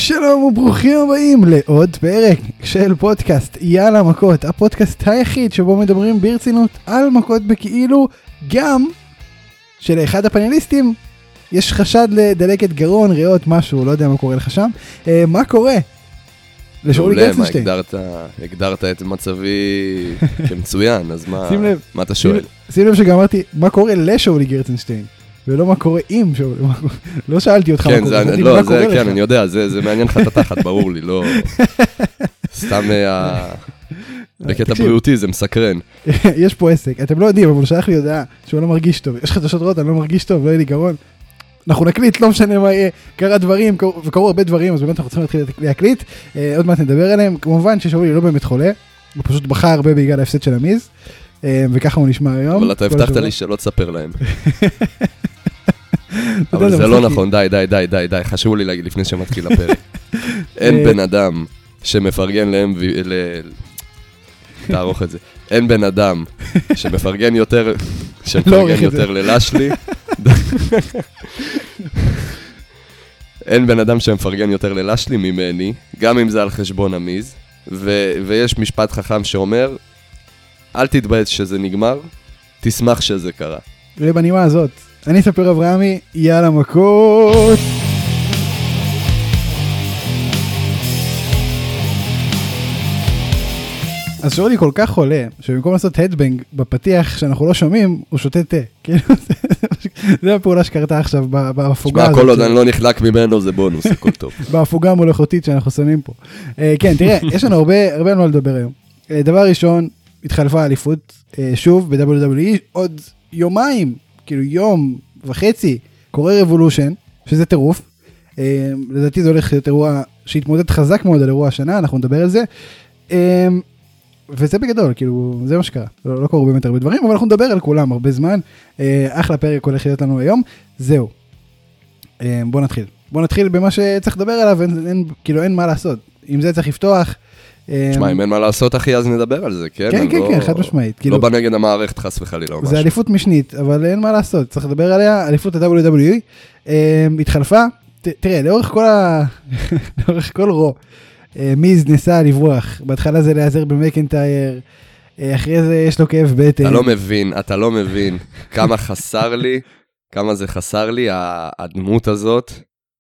שלום וברוכים הבאים לעוד פרק של פודקאסט יאללה מכות, הפודקאסט היחיד שבו מדברים ברצינות על מכות בכאילו, גם שלאחד הפאנליסטים יש חשד לדלקת גרון, ריאות, משהו, לא יודע מה קורה לך שם. מה קורה? לשאולי גרצנשטיין. הגדרת את מצבי כמצוין, אז מה אתה שואל? שים לב שגם אמרתי, מה קורה לשאולי גרצנשטיין? ולא מה קורה עם שאולי, לא שאלתי אותך מה קורה. לא, כן, אני יודע, זה מעניין לך את התחת, ברור לי, לא... סתם בקטע בריאותי, זה מסקרן. יש פה עסק, אתם לא יודעים, אבל הוא שלח לי הודעה שהוא לא מרגיש טוב. יש חדשות רעות, אני לא מרגיש טוב, לא יהיה לי גרון. אנחנו נקליט, לא משנה מה יהיה, קרה דברים, וקרו הרבה דברים, אז באמת אנחנו צריכים להתחיל להקליט. עוד מעט נדבר עליהם. כמובן ששאולי לא באמת חולה, הוא פשוט בכה הרבה בגלל ההפסד של המיז, וככה הוא נשמע היום. אבל אתה הבטחת לי שלא תספר להם. אבל זה לא נכון, די, חשוב לי להגיד לפני שמתחיל הפרק. אין בן אדם שמפרגן להם, תערוך את זה, אין בן אדם שמפרגן יותר ללשלי, אין בן אדם שמפרגן יותר ללשלי ממני, גם אם זה על חשבון המיז, ויש משפט חכם שאומר, אל תתבאס שזה נגמר, תשמח שזה קרה. ובנימה הזאת, אני ספיר אברהמי, יאללה מכות. אז שאולי כל כך חולה, שבמקום לעשות הדבנג בפתיח שאנחנו לא שומעים, הוא שותה תה. זה הפעולה שקרתה עכשיו בהפוגה הזאת. כל עוד אני לא נחלק ממנו, זה בונוס, הכל טוב. בהפוגה המולכותית שאנחנו שמים פה. כן, תראה, יש לנו הרבה על מה לדבר היום. דבר ראשון, התחלפה האליפות, שוב, ב-WWE, עוד יומיים, כאילו יום וחצי, קורה רבולושן, שזה טירוף. לדעתי זה הולך להיות אירוע שהתמודד חזק מאוד על אירוע השנה, אנחנו נדבר על זה. וזה בגדול, כאילו, זה מה שקרה. לא קורו באמת הרבה דברים, אבל אנחנו נדבר על כולם הרבה זמן. אחלה פרק הולך להיות לנו היום. זהו. בוא נתחיל במה שצריך לדבר עליו, כאילו אין מה לעשות. אם זה צריך לפתוח... תשמע, אם אין מה לעשות, אחי, אז נדבר על זה, כן? כן, חד משמעית. לא בנגד המערכת חס וחלילה או משהו. זה אליפות משנית, אבל אין מה לעשות. צריך לדבר עליה, אליפות ה-WWE. התחלפה, תראה, לאורך כל רו, מיז ניסה לברוח. בהתחלה זה להיעזר במקנטייר, אחרי זה יש לו כאב בטן. אתה לא מבין כמה זה חסר לי, הדמות הזאת,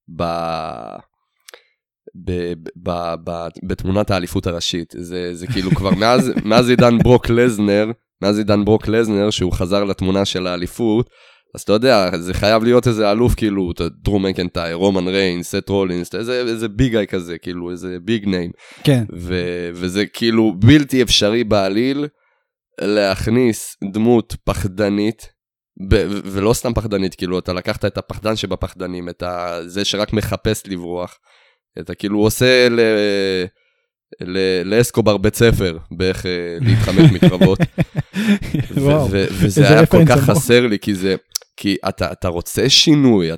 בתמונת האליפות הראשית. זה כאילו כבר מאז עידן ברוק לזנר, שהוא חזר לתמונה של האליפות, אז אתה יודע, זה חייב להיות איזה אלוף, כאילו, דרו מקנטייר, רומן ריינס, סט רולינס, איזה ביג איי כזה, כאילו, איזה ביג ניים. כן. וזה כאילו בלתי אפשרי בעליל להכניס דמות פחדנית, ולא סתם פחדנית, כאילו, אתה לקחת את הפחדן שבפחדנים, את זה שרק מחפש לברוח, אתה כאילו עושה לאסקובר בית ספר, באיך להתחמק מקרבות, וזה היה כל כך חסר לי, כי אתה רוצה שינוי,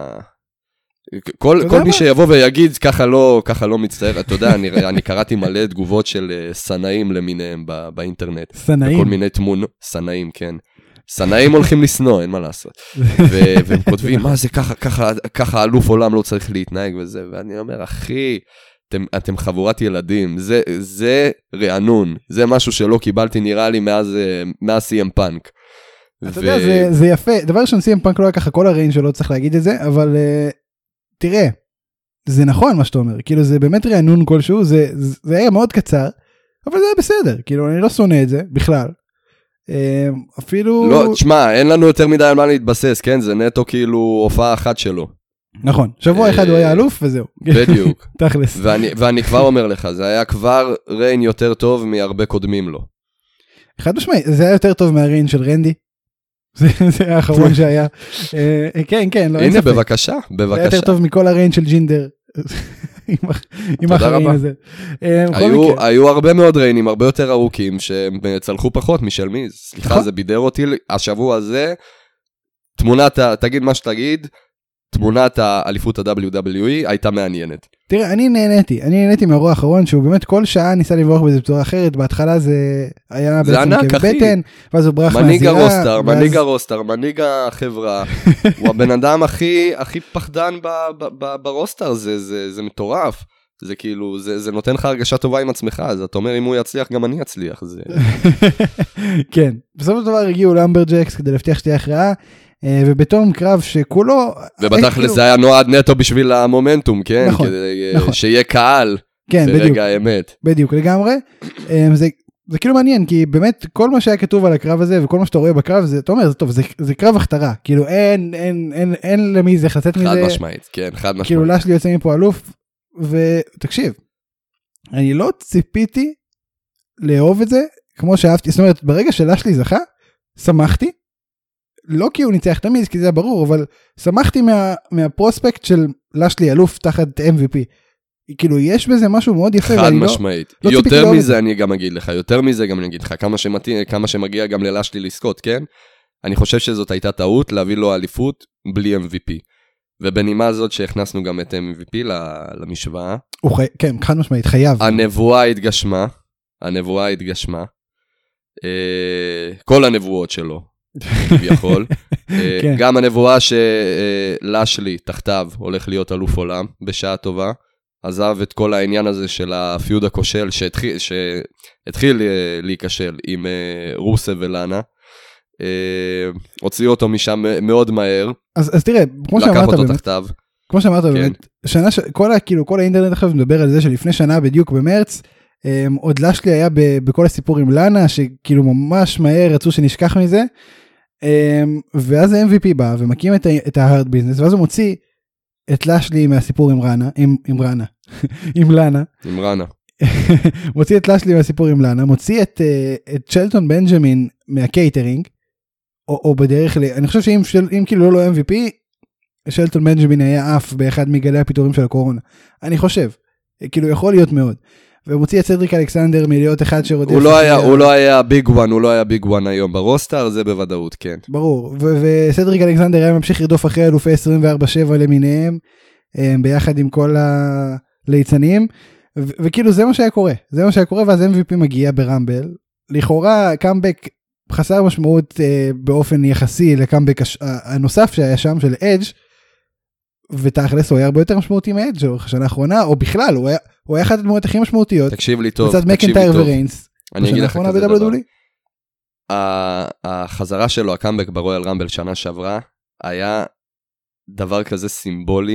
כל מי שיבוא ויגיד, ככה לא מצטער, אתה יודע, אני קראתי מלא תגובות של סנאים למיניהם באינטרנט. סנאים? כל מיני תמונות, סנאים, כן. סנאים הולכים לסנוע, אין מה לעשות. והם כותבים, מה זה ככה אלוף עולם לא צריך להתנהג וזה, ואני אומר, אחי, אתם חבורת ילדים, זה רענון, זה משהו שלא קיבלתי נראה לי מאז CM פאנק. אתה יודע, זה יפה, דבר ראשון CM פאנק לא היה ככה כל הריין שלא צריך להגיד את זה, אבל תראה, זה נכון מה שאתה אומר, כאילו זה באמת רענון כלשהו, זה היה מאוד קצר, אבל זה היה בסדר, כאילו אני לא שונא את זה בכלל. אפילו... לא, תשמע, אין לנו יותר מדי על מה להתבסס, כן? זה נטו כאילו הופעה אחת שלו. נכון, שבוע אחד הוא היה אלוף וזהו. בדיוק. תכלס. ואני כבר אומר לך, זה היה כבר ריין יותר טוב מהרבה קודמים לו. אחד משמעי, זה היה יותר טוב מהריין של רנדי. זה היה האחרון שהיה. כן, לא. הנה, בבקשה. זה היה יותר טוב מכל הריין של ג'ינדר. עם החריין הזה. היו הרבה מאוד ריינים, הרבה יותר ארוכים, שהם צלחו פחות משל מיז. סליחה, זה בידר אותי, השבוע הזה, תגיד מה שתגיד, תמונת האליפות ה-WWE הייתה מעניינת. תראה, אני נהניתי מהאירוע האחרון, שהוא באמת כל שעה ניסה לברוח בזה בצורה אחרת, בהתחלה זה היה בעצם כבטן, ואז הוא ברח מהזירה. מנהיג הרוסטר, מנהיג החברה, הוא הבן אדם הכי פחדן ברוסטר, זה מטורף. זה כאילו, זה נותן לך הרגשה טובה עם עצמך, אז אתה אומר, אם הוא יצליח, גם אני אצליח. כן, בסוף הדבר הגיעו לאמברג'קס כדי להבטיח שתהיה הכרעה, ובתום קרב שכולו... ובתכל'ס זה היה נועד נטו בשביל המומנטום, כן? נכון. כדי שיהיה קהל ברגע האמת. בדיוק, לגמרי. זה כאילו מעניין, כי באמת כל מה שהיה כתוב על הקרב הזה, וכל מה שאתה רואה בקרב, אתה אומר, זה טוב, זה קרב הכתרה. כאילו אין למי זה חצת מזה. חד משמעית, כן, חד משמעית. כאילו לשלי יוצא מפה אלוף, ותקשיב, אני לא ציפיתי לאהוב את זה, כמו שאהבתי, זאת אומרת, ברגע שלשלי זכה, שמחתי, לא כי הוא ניצח תמיד, כי זה היה ברור, אבל שמחתי מהפרוספקט של לשלי אלוף תחת MVP. כאילו, יש בזה משהו מאוד יפה. חד משמעית. יותר מזה אני גם אגיד לך, כמה שמגיע גם ללשלי לזכות, כן? אני חושב שזאת הייתה טעות להביא לו אליפות בלי MVP. ובנימה הזאת שהכנסנו גם את MVP למשוואה. כן, חד משמעית, חייב. הנבואה התגשמה. כל הנבואות שלו, כביכול. גם הנבואה שלשלי תחתיו הולך להיות אלוף עולם בשעה טובה. עזב את כל העניין הזה של הפיוד הכושל שהתחיל להיכשל עם רוסה ולאנה. הוציאו אותו משם מאוד מהר. אז תראה, כמו שאמרת באמת, כל האינטרנט עכשיו מדבר על זה שלפני שנה בדיוק במרץ, עוד לשלי היה בכל הסיפור עם לאנה, שכאילו ממש מהר רצו שנשכח מזה, ואז ה-MVP בא ומקים את ה-hard business, ואז הוא מוציא את לשלי מהסיפור עם לאנה. מוציא את לשלי מהסיפור עם לאנה, מוציא את שלטון בנג'מין מהקייטרינג, או בדרך אני חושב שאם כאילו לא MVP, שלטון בנג'מין היה אף באחד מגלי הפיתורים של הקורונה. אני חושב, כאילו יכול להיות מאוד. ומוציא את סדריק אלכסנדר מלהיות אחד שרודף. הוא לא היה ביג וואן היום ברוסטר, זה בוודאות, כן. ברור, וסדריק אלכסנדר היה ממשיך לרדוף אחרי אלופי 24/7 למיניהם, ביחד עם כל הליצנים, וכאילו זה מה שהיה קורה, ואז MVP מגיע ברמבל, לכאורה קאמבק חסר משמעות באופן יחסי לקאמבק הנוסף שהיה שם של אדג', ותכלס הוא היה הרבה יותר משמעותי מאדג' בשנה האחרונה, או בכלל, הוא היה אחת הדמויות הכי משמעותיות. תקשיב לי טוב. בצד מקנטייר וריינס. אני אגיד לך כזה דבר. WWE. החזרה שלו, הקאמבק ברויאל רמבל שנה שעברה, היה דבר כזה סימבולי,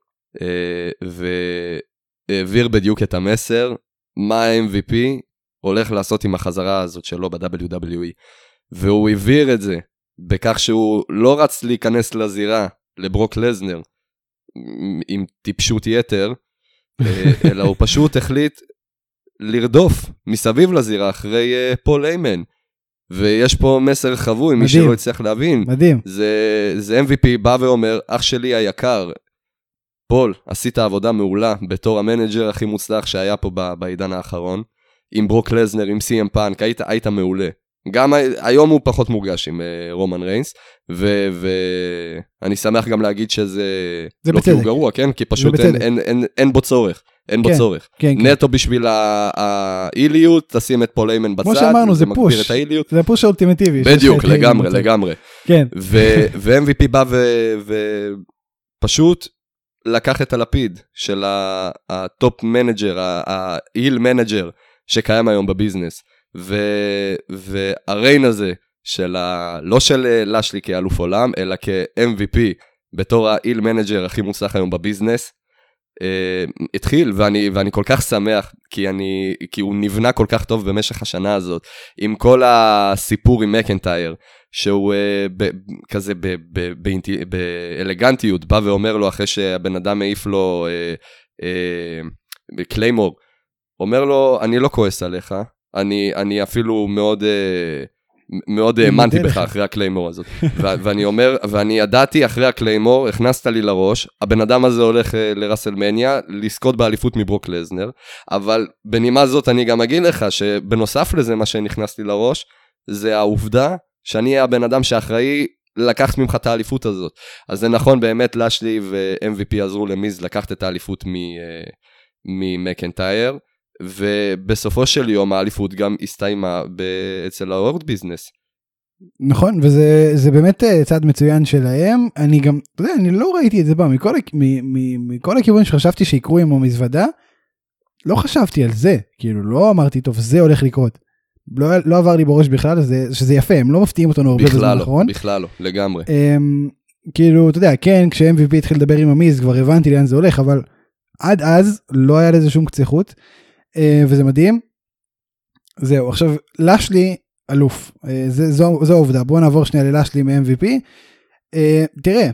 והעביר בדיוק את המסר, מה ה-MVP הולך לעשות עם החזרה הזאת שלו ב-WWE. והוא העביר את זה, בכך שהוא לא רץ להיכנס לזירה, לברוק לזנר, עם טיפשות יתר, אלא הוא פשוט החליט לרדוף מסביב לזירה אחרי פול איימן. ויש פה מסר חבוי, מי שלא יצליח להבין. מדהים. זה MVP בא ואומר, אח שלי היקר, פול, עשית עבודה מעולה בתור המנג'ר הכי מוצלח שהיה פה בעידן האחרון, עם ברוק לזנר, עם CM פאנק, היית מעולה. גם היום הוא פחות מורגש עם רומן ריינס, ואני שמח גם להגיד שזה לא כי הוא גרוע, כן? כי פשוט אין בו צורך. אין בו צורך. נטו בשביל האיליות, תשים את פול איימן בצד, כמו שאמרנו, זה פוש. זה פוש האולטימטיבי. בדיוק, לגמרי. ו-MVP בא ופשוט לקח את הלפיד של הטופ מנג'ר, האיל מנג'ר שקיים היום בביזנס, והריין הזה לא של לשלי כאלוף עולם, אלא כ-MVP בתור האיל מנג'ר הכי מוצלח היום בביזנס, התחיל, ואני כל כך שמח, כי הוא נבנה כל כך טוב במשך השנה הזאת, עם כל הסיפור עם מקנטייר, שהוא כזה באלגנטיות, בא ואומר לו אחרי שהבן אדם מעיף לו קליימור, אומר לו, אני לא כועס עליך, אני אפילו מאוד האמנתי בך אחרי הקליימור הזאת. ואני אומר, ואני ידעתי אחרי הקליימור, הכנסת לי לראש, הבן אדם הזה הולך לרסלמניה, לזכות באליפות מברוק לזנר, אבל בנימה זאת אני גם אגיד לך, שבנוסף לזה מה שנכנסתי לראש, זה העובדה שאני הבן אדם שאחראי לקחת ממך את האליפות הזאת. אז זה נכון, באמת, לשלי ו-MVP עזרו למיז לקחת את האליפות ממקנטייר, ובסופו של יום האליפות גם הסתיימה אצל הוורד ביזנס. נכון, וזה באמת צעד מצוין שלהם. אני גם, אתה יודע, אני לא ראיתי את זה מכל הכיוון שחשבתי שיקרו עם המזוודה, לא חשבתי על זה, כאילו לא אמרתי, טוב, זה הולך לקרות. לא עבר לי בראש בכלל, שזה יפה, הם לא מפתיעים אותנו הרבה בזמן האחרון. בכלל לא, לגמרי. כאילו, אתה יודע, כן, כש-MVP התחיל לדבר עם המיז, כבר הבנתי לאן זה הולך, אבל עד אז לא היה לזה שום קצה חוט, וזה מדהים. זהו, עכשיו, לשלי אלוף, זו העובדה, בואו נעבור שנייה ללשלי מ-MVP. תראה,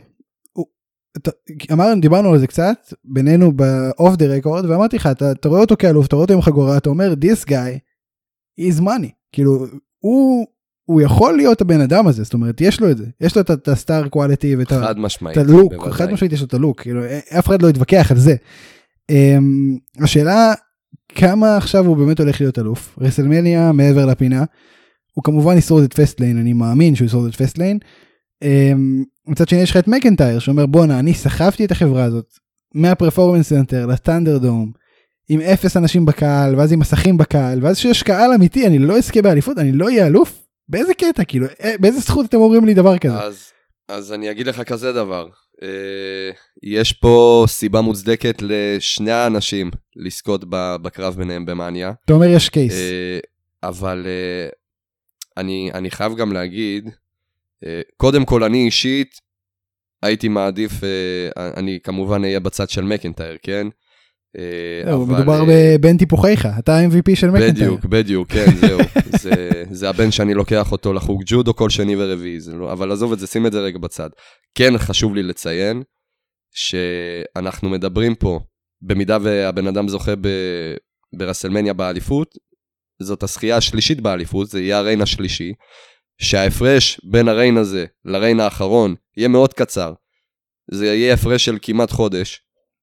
דיברנו על זה קצת, בינינו ב-off the record, ואמרתי לך, אתה רואה אותו כאלוף, אתה רואה אותו עם חגורה, אתה אומר, this guy is money, כאילו, הוא יכול להיות הבן אדם הזה, זאת אומרת, יש לו את זה, יש לו את הסטאר קואליטי, חד משמעית, הלוק, חד משמעית יש לו את הלוק, כאילו, אף אחד לא יתווכח על זה. השאלה, כמה עכשיו הוא באמת הולך להיות אלוף? רסלמניה מעבר לפינה, הוא כמובן ישרוד את פסטליין, אני מאמין שהוא ישרוד את פסטליין. מצד שני יש לך את מקנטייר, שאומר בונה, אני סחבתי את החברה הזאת, מהפרפורמנס סנטר לטנדרדום, עם 0 אנשים בקהל, ואז עם מסכים בקהל, ואז שיש קהל אמיתי, אני לא אזכה באליפות, אני לא אהיה אלוף? באיזה קטע, כאילו, באיזה זכות אתם אומרים לי דבר כזה? אז אני אגיד לך כזה דבר, יש פה סיבה מוצדקת לשני האנשים לזכות בקרב ביניהם במאניה. אתה אומר יש קייס. אבל אני חייב גם להגיד, קודם כל אני אישית הייתי מעדיף, אני כמובן אהיה בצד של מקנטייר, כן? מדובר בבן טיפוחיך, אתה ה-MVP של מקנטייר. בדיוק, כן, זהו. זה הבן שאני לוקח אותו לחוג ג'ודו כל שני ורביעי, אבל עזוב את זה, שים את זה רגע בצד. כן חשוב לי לציין, שאנחנו מדברים פה, במידה והבן אדם זוכה ברסלמניה באליפות, זאת הזכייה השלישית באליפות, זה יהיה הריין השלישי, שההפרש בין הריין הזה לריין האחרון יהיה מאוד קצר. זה יהיה הפרש של כמעט חודש.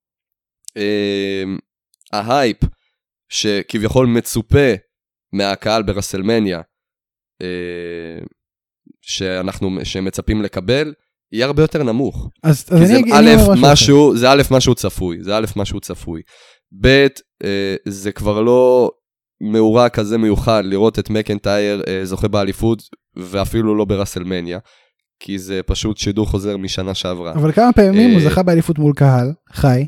ההייפ שכביכול מצופה מהקהל ברסלמניה, שמצפים לקבל, יהיה הרבה יותר נמוך. אז זה א' משהו צפוי. ב' זה כבר לא מאורע כזה מיוחד לראות את מקנטייר זוכה באליפות, ואפילו לא ברסלמניה, כי זה פשוט שידור חוזר משנה שעברה. אבל כמה פעמים הוא זכה באליפות מול קהל, חי?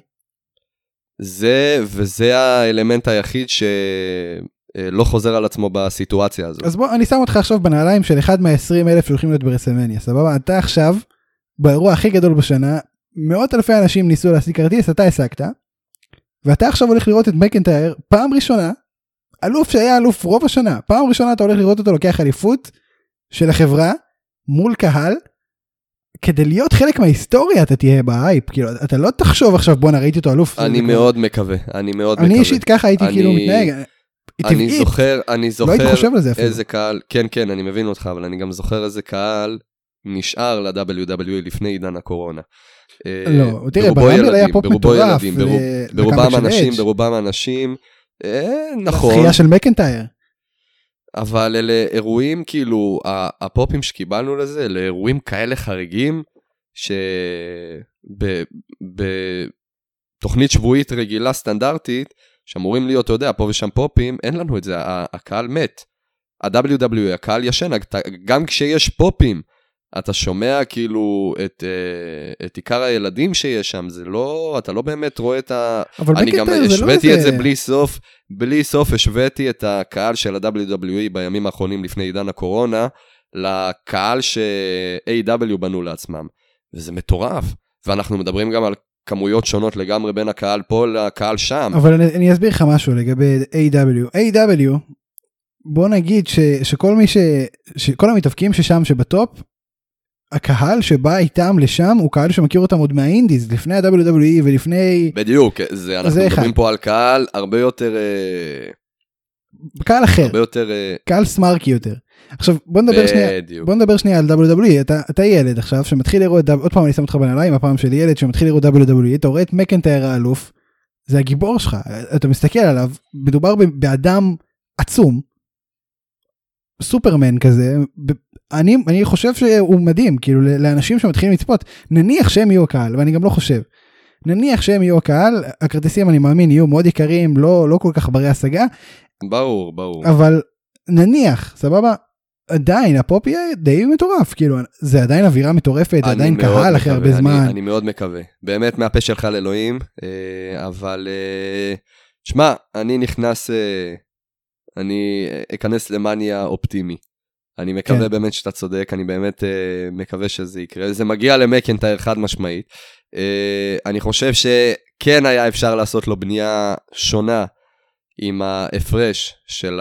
וזה האלמנט היחיד שלא חוזר על עצמו בסיטואציה הזאת. אז בוא, אני שם אותך עכשיו בנעליים של אחד מה-20,000 שהולכים להיות ברסלמניה, סבבה? אתה עכשיו, באירוע הכי גדול בשנה, מאות אלפי אנשים ניסו להשיג כרטיס, אתה השגת, ואתה עכשיו הולך לראות את מקנטייר, פעם ראשונה, אלוף שהיה אלוף רוב השנה, פעם ראשונה אתה הולך לראות אותו לוקח אליפות של החברה, מול קהל, כדי להיות חלק מההיסטוריה אתה תהיה בהייפ, כאילו אתה לא תחשוב עכשיו בוא נראיתי אותו אלוף. אני מאוד מקווה, אני אישית ככה הייתי כאילו מתנהג, אני זוכר איזה קהל, כן, אני מבין אותך, אבל אני גם זוכר איזה קהל נשאר ל-WWE לפני עידן הקורונה. לא, תראה, ברמבל היה פופ מטורף, ברובם אנשים, נכון. זכייה של מקנטייר. אבל אלה אירועים, כאילו, הפופים שקיבלנו לזה, אלה אירועים כאלה חריגים, שבתוכנית שבועית רגילה סטנדרטית, שאמורים להיות, אתה יודע, פה ושם פופים, אין לנו את זה, הקהל מת. ה-WWE, הקהל ישן, גם כשיש פופים, אתה שומע כאילו את עיקר הילדים שיש שם, זה לא, אתה לא באמת רואה את אני גם השוויתי את זה בלי סוף, השוויתי את הקהל של ה-WWE בימים האחרונים לפני עידן הקורונה, לקהל ש-AW בנו לעצמם, וזה מטורף, ואנחנו מדברים גם על כמויות שונות לגמרי בין הקהל פה לקהל שם. אבל אני אסביר לך משהו לגבי AW, בוא נגיד שכל המתאבקים ששם שבטופ, הקהל שבא איתם לשם הוא קהל שמכיר אותם עוד מהאינדיז, לפני ה-WWE ולפני... בדיוק, אנחנו מדברים פה על קהל הרבה יותר... קהל אחר, הרבה יותר... קהל סמרקי יותר. עכשיו בוא נדבר שנייה על WWE, אתה ילד עכשיו שמתחיל לראות, עוד פעם אני שם אותך בנעליים, הפעם שלי ילד שמתחיל לראות WWE, אתה רואה את מקנטייר האלוף, זה הגיבור שלך, אתה מסתכל עליו, מדובר באדם עצום, סופרמן כזה, אני חושב שהוא מדהים, כאילו לאנשים שמתחילים לצפות, נניח שהם יהיו הקהל, ואני גם לא חושב, נניח שהם יהיו הקהל, הכרטיסים אני מאמין יהיו מאוד יקרים, לא כל כך ברי השגה. ברור. אבל נניח, סבבה, עדיין הפופ יהיה די מטורף, כאילו זה עדיין אווירה מטורפת, עדיין קהל אחרי הרבה זמן. אני מאוד מקווה, באמת מהפה שלך לאלוהים, אבל שמע, אני אכנס למניה אופטימי. אני מקווה באמת שאתה צודק, אני באמת מקווה שזה יקרה. זה מגיע למקנטייר חד משמעית. אני חושב שכן היה אפשר לעשות לו בנייה שונה עם ההפרש של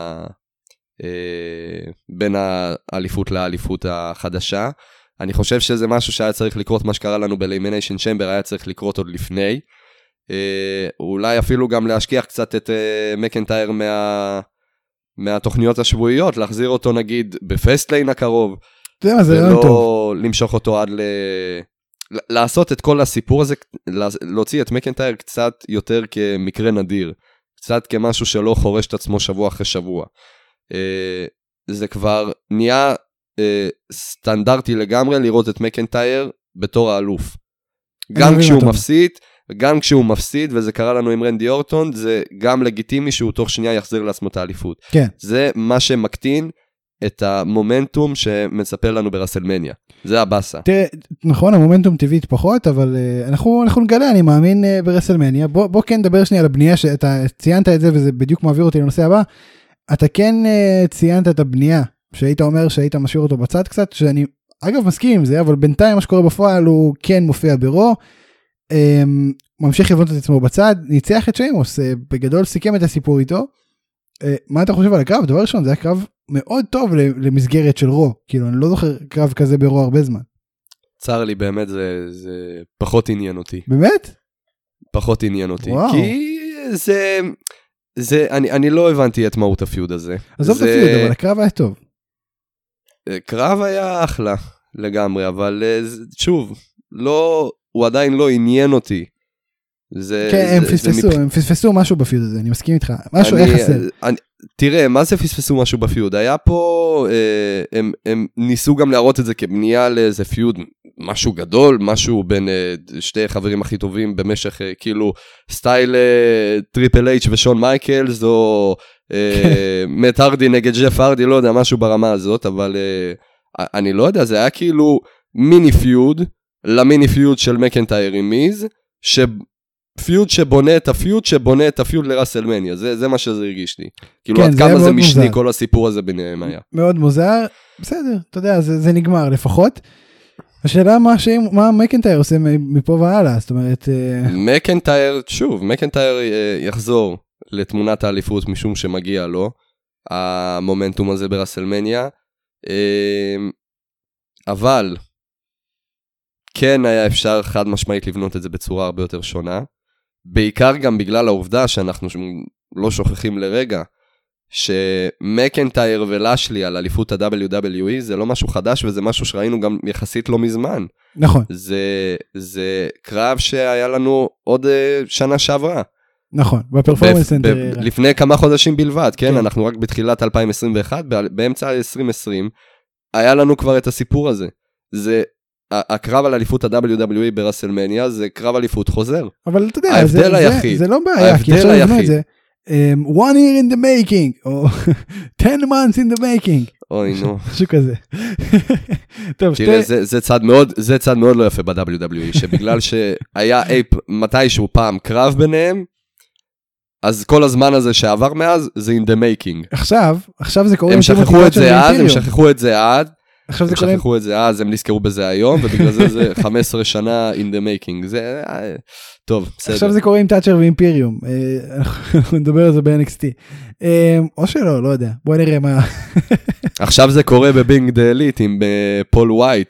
בין האליפות לאליפות החדשה. אני חושב שזה משהו שהיה צריך לקרות, מה שקרה לנו ב-Elimination Chamber היה צריך לקרות עוד לפני. אולי אפילו גם להשכיח קצת את מקנטייר מהתוכניות השבועיות, להחזיר אותו נגיד בפסטליין הקרוב, ולא למשוך אותו עד לעשות את כל הסיפור הזה, להוציא את מקנטייר קצת יותר כמקרה נדיר, קצת כמשהו שלא חורש את עצמו שבוע אחרי שבוע. זה כבר נהיה סטנדרטי לגמרי לראות את מקנטייר בתור האלוף. גם כשהוא מפסיד, וזה קרה לנו עם רנדי אורטון, זה גם לגיטימי שהוא תוך שנייה יחזיר לעצמו את האליפות. כן. זה מה שמקטין את המומנטום שמצפה לנו ברסלמניה. זה הבאסה. תראה, נכון, המומנטום טבעית פחות, אבל אנחנו נגלה, אני מאמין ברסלמניה. בוא כן נדבר שנייה על הבנייה, שאתה ציינת את זה, וזה בדיוק מעביר אותי לנושא הבא. אתה כן ציינת את הבנייה, שהיית אומר שהיית משאיר אותו בצד קצת, שאני אגב מסכים עם זה, אבל בינתיים מה שקורה בפועל הוא כן מופיע ברו, ממשיך לבנות את עצמו בצד, ניצח את שיימוס, בגדול סיכם את הסיפור איתו. מה אתה חושב על הקרב? דבר ראשון, זה היה קרב מאוד טוב למסגרת של רו, כאילו אני לא זוכר קרב כזה ברו הרבה זמן. צר לי, באמת זה פחות עניין אותי. באמת? פחות עניין אותי, וואו. כי אני לא הבנתי את מהות הפיוד הזה. עזוב את הפיוד, אבל הקרב היה טוב. קרב היה אחלה לגמרי, אבל שוב, הוא עדיין לא עניין אותי. כן, הם פספסו משהו בפיוד הזה, אני מסכים איתך. משהו היה חסר. תראה, מה זה פספסו משהו בפיוד? היה פה, הם ניסו גם להראות את זה כבנייה לאיזה פיוד, משהו גדול, משהו בין שתי חברים הכי טובים במשך, כאילו, סטייל טריפל אייץ' ושון מייקלס, או מאט הרדי נגד ג'ף הרדי, לא יודע, משהו ברמה הזאת, אבל אני לא יודע, זה היה כאילו מיני פיוד, למיני פיוד של מקנטייר עם מיז, פיוד שבונה את הפיוד, שבונה את הפיוד לרסלמניה, זה מה שזה הרגיש לי. כאילו, עד כמה זה משני, כל הסיפור הזה ביניהם היה. מאוד מוזר, בסדר, אתה יודע, זה נגמר לפחות. השאלה מה מקנטייר עושה מפה והלאה, זאת אומרת... מקנטייר, שוב, מקנטייר יחזור לתמונת האליפות, משום שמגיע לו, המומנטום הזה ברסלמניה, אבל... כן היה אפשר חד משמעית לבנות את זה בצורה הרבה יותר שונה, בעיקר גם בגלל העובדה שאנחנו לא שוכחים לרגע, שמקנטייר ולאשלי על אליפות ה-WWE זה לא משהו חדש, וזה משהו שראינו גם יחסית לא מזמן. נכון. זה קרב שהיה לנו עוד שנה שעברה. נכון, בפרפורמנס סנטר. לפני כמה חודשים בלבד, כן? אנחנו רק בתחילת 2021, באמצע 2020, היה לנו כבר את הסיפור הזה. הקרב על אליפות ה-WWE ברסלמניה זה קרב אליפות חוזר. אבל אתה יודע, ההבדל היחיד. זה לא בעיה, כי עכשיו נבנו את זה. 1 year in the making, או 10 months in the making. אוי, נו. משהו כזה. טוב, תראה, זה צד מאוד לא יפה ב-WWE, שבגלל שהיה מתישהו פעם קרב ביניהם, אז כל הזמן הזה שעבר מאז, זה in the making. עכשיו זה קורה. הם שכחו את זה אז, הם שכחו את זה אז, הם נזכרו בזה היום, ובגלל זה 15 שנה in the making. זה, טוב, בסדר. עכשיו זה קורה עם טאצ'ר ואימפיריום. אנחנו נדבר על זה ב-NXT. או שלא, לא יודע. בוא נראה מה... עכשיו זה קורה בבינג דה אליט עם פול ווייט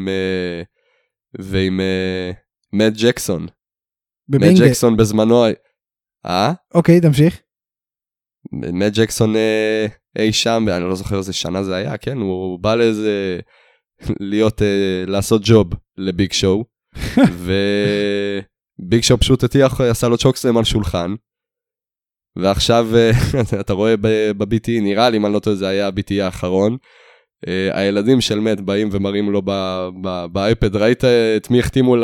ועם מאט ג'קסון. מאט ג'קסון בזמנו... אוקיי, תמשיך. מאט ג'קסון אי שם, אני לא זוכר איזה שנה זה היה, כן? הוא בא לאיזה... לעשות ג'וב לביג שואו, וביג שואו פשוט עשה לו צ'וקסלם על שולחן, ועכשיו אתה רואה ב-BT, נראה לי, אם אני לא טועה, זה היה ה-BT האחרון, הילדים של מת באים ומראים לו באייפד, ראית את מי החתימו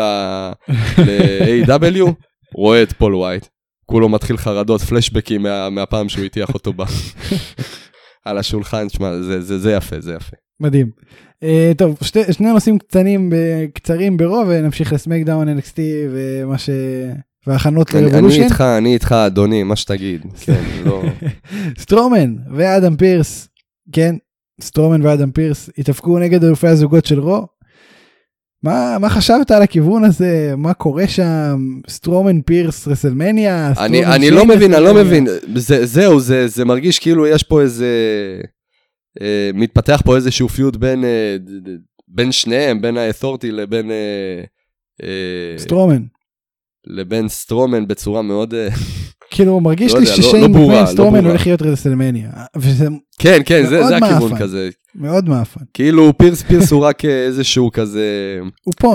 ל-AW? רואה את פול ווייט. כולו מתחיל חרדות, פלשבקים מהפעם שהוא הטיח אותו על השולחן. תשמע, זה יפה, זה יפה. מדהים. טוב, שני נושאים קצרים ברוב, ונמשיך לסמקדאון, NXT ומה ש... וההכנות לרבולושן. אני איתך, אדוני, מה שתגיד. כן, לא... סטרומן ואדם פירס, כן, סטרומן ואדם פירס התאפקו נגד אלופי הזוגות של רו. מה חשבת על הכיוון הזה? מה קורה שם? סטרומן פירס רסלמניה? אני לא מבין. זהו, זה מרגיש כאילו יש פה איזה... מתפתח פה איזשהו פיוט בין שניהם, בין האתורטי לבין... סטרומן. לבין סטרומן בצורה מאוד... כאילו הוא מרגיש לי ששיין מקמן סטרומן הולך להיות רסלמניה. כן, זה הכיוון כזה. מאוד מאפן. כאילו פירס הוא רק איזשהו כזה... הוא פון.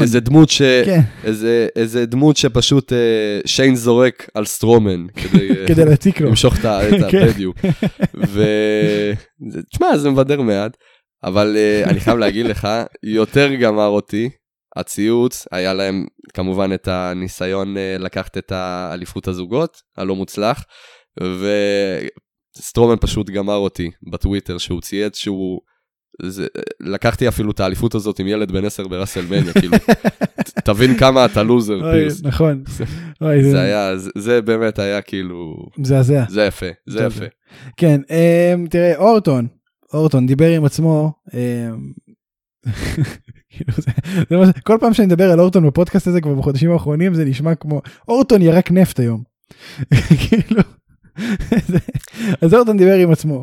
איזה דמות שפשוט שיין זורק על סטרומן. כדי להציק לו. למשוך את הבדיוק. תשמע, זה מבדר מעט. אבל אני חייב להגיד לך, יותר גמר אותי. הציוץ, היה להם כמובן את הניסיון לקחת את האליפות הזוגות, הלא מוצלח, וסטרומן פשוט גמר אותי בטוויטר, שהוא צייץ שהוא, לקחתי אפילו את האליפות הזאת עם ילד בן 10 ברסלמניה, כאילו, תבין כמה אתה לוזר, פירס. נכון. זה באמת היה כאילו, זה יפה, זה יפה. כן, תראה, אורטון דיבר עם עצמו, כל פעם שאני מדבר על אורטון בפודקאסט הזה כבר בחודשים האחרונים זה נשמע כמו אורטון ירק נפט היום. אז אורטון דיבר עם עצמו.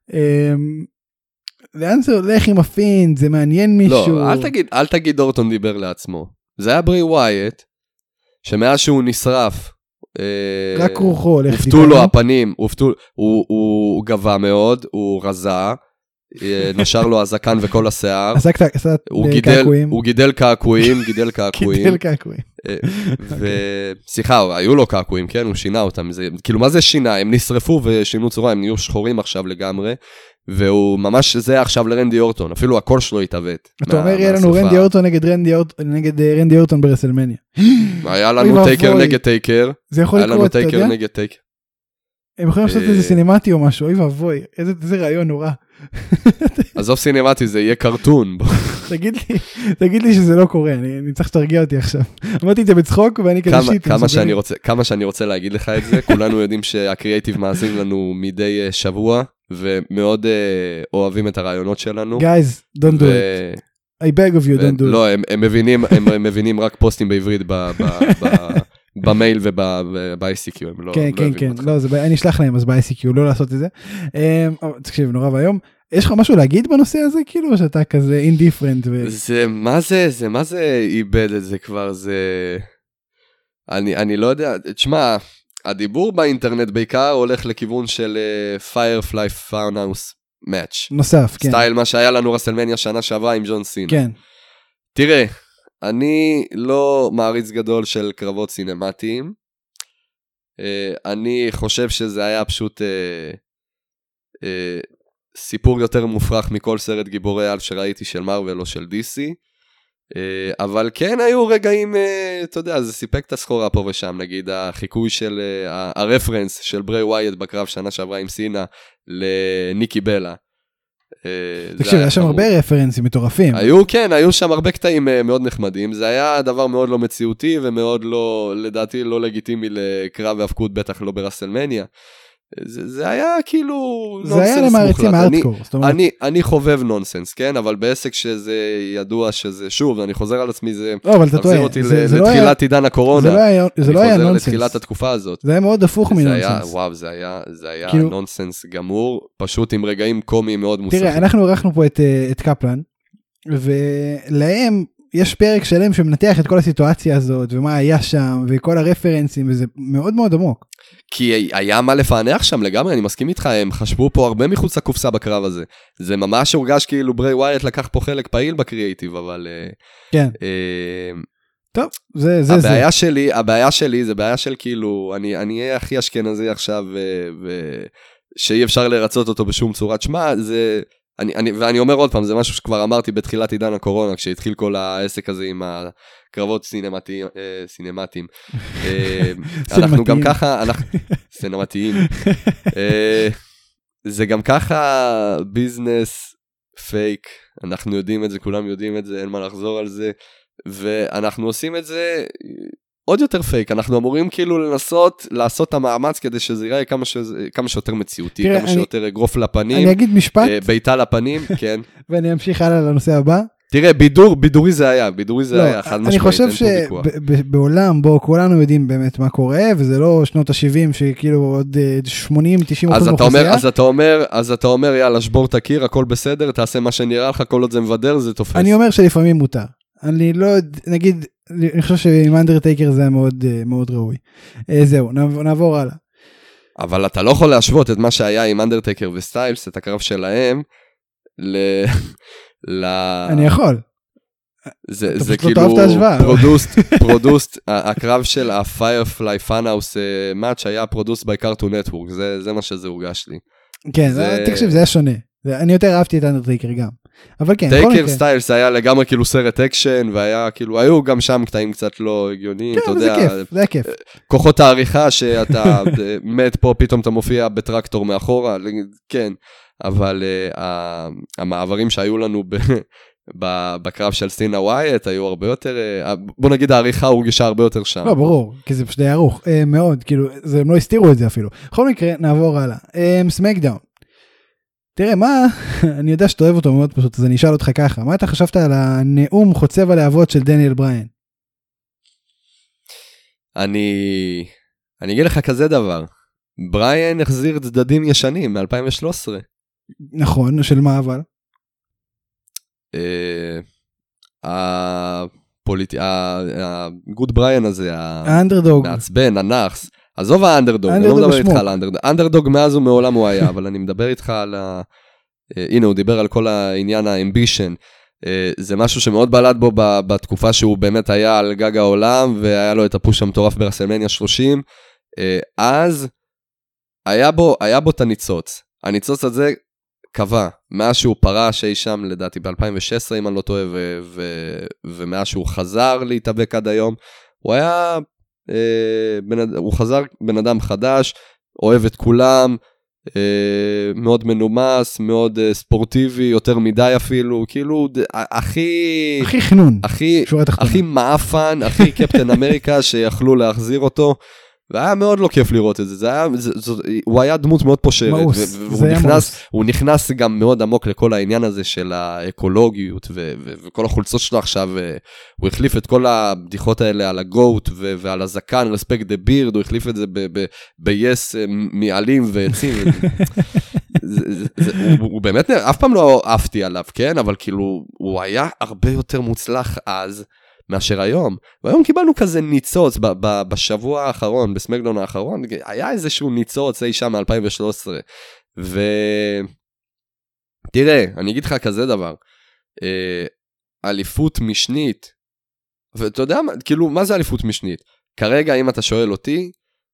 לאן זה הולך עם הפין? זה מעניין מישהו? לא, אל תגיד אורטון דיבר לעצמו. זה היה ברי ווייט שמאז שהוא נשרף רק רוחו הולך הופתו לו הפנים, הוא גבה מאוד, הוא רזה, נשר לו הזקן וכל השיער. הוא גידל קעקועים. וסליחה, היו לו קעקועים, כן? הוא שינה אותם. כאילו, מה זה שינה? הם נשרפו ושינו צורה, הם נהיו שחורים עכשיו לגמרי, והוא ממש זה עכשיו לרנדי אורטון, אפילו הקול שלו התאבט. אתה אומר, יהיה לנו רנדי אורטון נגד רנדי אורטון ברסלמניה. היה לנו טייקר נגד טייקר. זה יכול לקרות, אתה יודע? הם יכולים לעשות איזה סינמטי או משהו, אוי ואבוי, איזה רעיון נורא. עזוב סינמטי, זה יהיה קרטון. תגיד לי שזה לא קורה, אני צריך שתרגיע אותי עכשיו. אמרתי את זה בצחוק ואני כזה שיט. כמה שאני רוצה להגיד לך את זה, כולנו יודעים שהקריאייטיב מאזין לנו מדי שבוע, ומאוד אוהבים את הרעיונות שלנו. Guys, don't do it. I beg of you, don't do it. לא, הם מבינים רק פוסטים בעברית במייל וב-ICQ. כן, לא, אני אשלח להם אז ב-ICQ, לא לעשות את זה. תקשיב, נורא והיום. יש לך משהו להגיד בנושא הזה, כאילו, שאתה כזה אינדיפרנט? מה זה איבד את זה כבר, זה... אני לא יודע, תשמע, הדיבור באינטרנט בעיקר הולך לכיוון של Firefly Funhouse Match. נוסף, כן. סטייל מה שהיה לנו רסלמניה שנה שעברה עם ג'ון סינה. כן. תראה, אני לא מעריץ גדול של קרבות סינמטיים. אני חושב שזה היה פשוט סיפור יותר מופרך מכל סרט גיבורי על שראיתי של מרוול או של DC. אבל כן היו רגעים, אתה יודע, זה סיפק את הסחורה פה ושם, נגיד החיקוי של, הרפרנס של ברי ווייט בקרב שנה שעברה עם סינה לניקי בלה. תקשיב, היה שם הרבה רפרנסים מטורפים. היו שם הרבה קטעים מאוד נחמדים, זה היה דבר מאוד לא מציאותי ומאוד לא, לדעתי לא לגיטימי לקרב והפקות, בטח לא ברסלמניה. זה היה כאילו זה היה למעריצים הארדקור. אני חובב נונסנס, כן? אבל בעסק שזה ידוע שזה, שוב, אני חוזר על עצמי, זה מחזיר אותי לתחילת עידן הקורונה. זה לא היה נונסנס. לתחילת התקופה הזאת. זה היה מאוד הפוך מנונסנס. וואו, זה היה נונסנס גמור, פשוט עם רגעים קומיים מאוד מוסכים. תראה, אנחנו ערכנו פה את קפלן, ולהם יש פרק שלם שמנתח את כל הסיטואציה הזאת, ומה היה שם, וכל הרפרנסים, וזה מאוד מאוד עמוק. כי היה מה לפענח שם לגמרי, אני מסכים איתך, הם חשבו פה הרבה מחוץ לקופסה בקרב הזה. זה ממש הורגש כאילו ברי ווייט לקח פה חלק פעיל בקריאייטיב, אבל... כן. טוב, זה. הבעיה שלי זה בעיה של כאילו, אני אהיה הכי אשכנזי עכשיו, שאי אפשר לרצות אותו בשום צורה. שמה, ואני אומר עוד פעם, זה משהו שכבר אמרתי בתחילת עידן הקורונה, כשהתחיל כל העסק הזה עם הקרבות סינמטיים. אנחנו גם ככה, סינמטיים. זה גם ככה ביזנס פייק, אנחנו יודעים את זה, כולם יודעים את זה, אין מה לחזור על זה, ואנחנו עושים את זה עוד יותר פייק, אנחנו אמורים כאילו לנסות לעשות את המאמץ כדי שזה יראה כמה שיותר מציאותי, כמה שיותר אגרוף לפנים. אני אגיד משפט. ביתה לפנים, כן. ואני אמשיך הלאה לנושא הבא. תראה, בידורי זה היה, חד משמעית. אני חושב שבעולם בו כולנו יודעים באמת מה קורה, וזה לא שנות ה-70 שכאילו עוד 80-90% מאוכלוסייה. אז אתה אומר, יאללה, שבור את הקיר, הכל בסדר, תעשה מה שנראה לך, כל עוד זה מבדר, זה תופס. אני אומר שלפעמים מותר. אני לא, נגיד, אני חושב שעם אנדרטייקר זה היה מאוד, מאוד ראוי. זהו, נעבור הלאה. אבל אתה לא יכול להשוות את מה שהיה עם אנדרטייקר וסטיילס, את הקרב שלהם, אני יכול. זה כאילו פרודוסט, הקרב של ה-Firefly Funhouse match היה פרודוסט by Cartoon Network, זה מה שזה הורגש לי. כן, תקשיב, זה היה שונה. אני יותר אהבתי את אנדרטייקר גם. אבל כן, טייקר סטיילס היה לגמרי כאילו סרט אקשן, והיה כאילו, היו גם שם קטעים קצת לא הגיוניים, אתה יודע. כן, זה היה כיף. כוחות העריכה שאתה מת פה, פתאום אתה מופיע בטרקטור מאחורה, כן. אבל המעברים שהיו לנו בקרב של סטינה ווייט היו הרבה יותר, בוא נגיד העריכה הורגשה הרבה יותר שם. לא, ברור, כי זה פשוט היה ארוך, מאוד, כאילו, הם לא הסתירו את זה אפילו. בכל מקרה, נעבור הלאה. סמקדאון. תראה, אני יודע שאתה אוהב אותו מאוד פשוט, אז אני אשאל אותך ככה, מה אתה חשבת על הנאום חוצב הלהבות של דניאל בריין? אני אגיד לך כזה דבר, בריין החזיר צדדים ישנים מ-2013. נכון, של מה אבל? הגוד בריין הזה, האנדרדוג. מעצבן, הנאחס. עזוב האנדרדוג, אני לא מדבר איתך על האנדרדוג. האנדרדוג מאז ומעולם הוא היה, אבל אני מדבר איתך על הנה, הוא דיבר על כל העניין האמבישן. זה משהו שמאוד בלט בו בתקופה שהוא באמת היה על גג העולם, והיה לו את הפוש המטורף ברסלמניה 30. אז היה בו את הניצוץ. הניצוץ הזה קבע, מאז שהוא פרש אי שם, לדעתי ב-2016, אם אני לא טועה, ומאז שהוא חזר להתאבק עד היום, הוא חזר בן אדם חדש, אוהב את כולם, מאוד מנומס, מאוד ספורטיבי, יותר מדי אפילו, כאילו, הכי חנון, הכי מאפן, הכי קפטן אמריקה, שיכלו להחזיר אותו, והיה מאוד לא כיף לראות את זה, הוא היה דמות מאוד פושרת, והוא נכנס גם מאוד עמוק לכל העניין הזה של האקולוגיות, וכל החולצות שלו עכשיו, הוא החליף את כל הבדיחות האלה על הגוט, ועל הזקן, respect the beard, הוא החליף את זה ב-yes מעלים ועצים, הוא באמת, אף פעם לא אהבתי עליו, כן, אבל כאילו, הוא היה הרבה יותר מוצלח אז, מאשר היום, והיום קיבלנו כזה ניצוץ, בשבוע האחרון, בסמקדאון האחרון, היה איזשהו ניצוץ אי שם מ-2013, תראה, אני אגיד לך כזה דבר, אליפות משנית, ואתה יודע, כאילו, מה זה אליפות משנית? כרגע, אם אתה שואל אותי,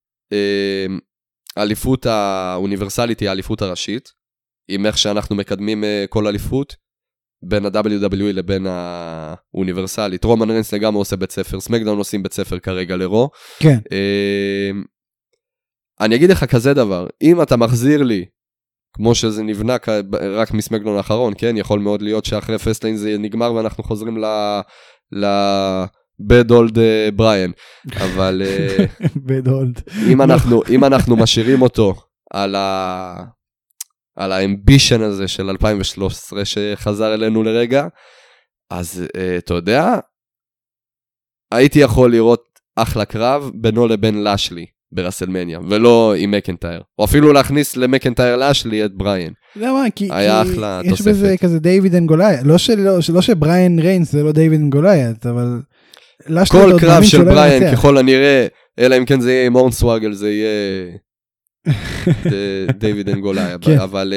אליפות האוניברסלית היא האליפות הראשית, עם איך שאנחנו מקדמים כל אליפות, בין ה-WWE לבין האוניברסלית. רומן ריינס לגמרי עושה בית ספר, סמקדאון עושים בית ספר כרגע לרו. כן. אני אגיד לך כזה דבר, אם אתה מחזיר לי, כמו שזה נבנה רק מסמקדאון האחרון, כן, יכול מאוד להיות שאחרי פסטליין זה נגמר, ואנחנו חוזרים בד אולד בריין. אבל אם אנחנו משאירים אותו על האמבישן הזה של 2013 שחזר אלינו לרגע, אז אתה יודע, הייתי יכול לראות אחלה קרב בינו לבין לשלי ברסלמניה, ולא עם מקנטייר, או אפילו להכניס למקנטייר לשלי את בריין. למה? כי היה אחלה תוספת. יש בזה כזה דיוויד אנד גולייט, לא שבריין ריינס זה לא דיוויד אנד גולייט, אבל כל קרב של בריין ככל הנראה, אלא אם כן זה יהיה עם אורנסוואגל, זה יהיה דיוויד אנד גולייט, אבל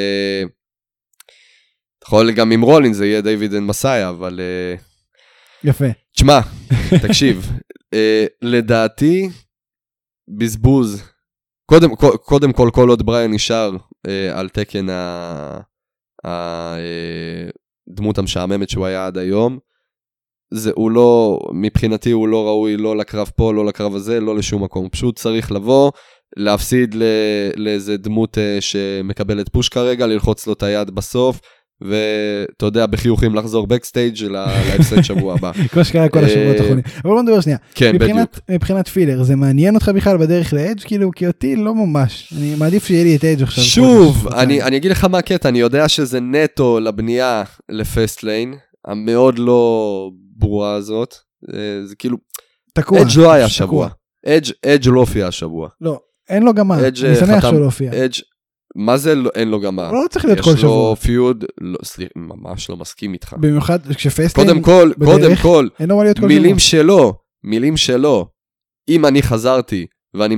יכול גם עם רולין זה יהיה דיוויד אנד מסאיה, אבל יפה. תשמע, תקשיב, לדעתי בזבוז, קודם כל עוד בריין נשאר על תקן הדמות המשעממת שהוא היה עד היום, הוא לא, מבחינתי הוא לא ראוי לא לקרב פה, לא לקרב הזה, לא לשום מקום. פשוט צריך לבוא, להפסיד לאיזה דמות שמקבלת פוש כרגע, ללחוץ לו את היד בסוף, ואתה יודע, בחיוכים לחזור בקסטייג' להפסד שבוע הבא. כמו שקרה כל השבועות האחרונים. אבל בוא נדבר שנייה. כן, בדיוק. מבחינת פילר, זה מעניין אותך בכלל בדרך לאדג' כאילו, כי אותי לא ממש. אני מעדיף שיהיה לי את אדג' עכשיו. שוב, אני אגיד לך מה הקטע, אני יודע שזה נטו לבנייה לפסט ליין, המאוד לא ברורה הזאת. זה כאילו, אדג' לא היה שבוע. אדג' לא הופיע השבוע. לא, אין לו גמה. אני שמח שהוא לא הופיע. מה זה אין לו גמה? לא צריך להיות כל שבוע. יש לו פיוד, ממש לא מסכים איתך. במיוחד כשפסטיין קודם כל, אין לו מה להיות כל מילים שלו, אם אני חזרתי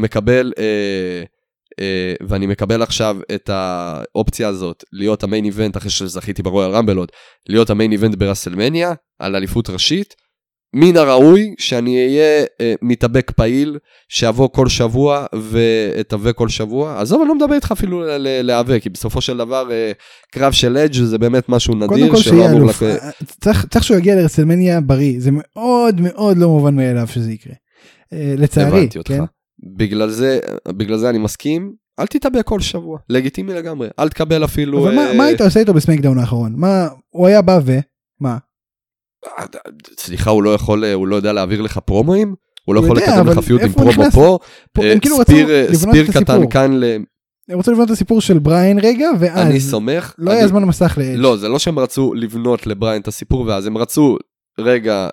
ואני מקבל עכשיו את האופציה הזאת, להיות המיין איבנט אחרי שזכיתי ברויאל רמבל עוד, להיות המיין איבנט ברסלמניה, על אליפות ראשית, מן הראוי שאני אהיה מתאבק פעיל, שאבוא כל שבוע ואתאבק כל שבוע. עזוב, אני לא מדבר איתך אפילו להיאבק, כי בסופו של דבר קרב של אדג' זה באמת משהו נדיר. קודם כל שיהיה אלוף. צריך שהוא יגיע לרסלמניה בריא, זה מאוד מאוד לא מובן מאליו שזה יקרה. לצערי. הבנתי אותך. בגלל זה אני מסכים, אל תתאבק כל שבוע, לגיטימי לגמרי. אל תקבל אפילו... אבל מה היית עושה איתו בסמקדאון האחרון? הוא היה בא מה? סליחה, הוא לא יודע להעביר לך פרומואים? הוא לא יכול לקדם לך פיוד עם פרומו פה? ספיר קטן כאן הם רצו לבנות את הסיפור של בריין רגע, ואז אני סומך, לא היה זמן מסך לאדג'. לא, זה לא שהם רצו לבנות לבריין את הסיפור, ואז הם רצו, רגע,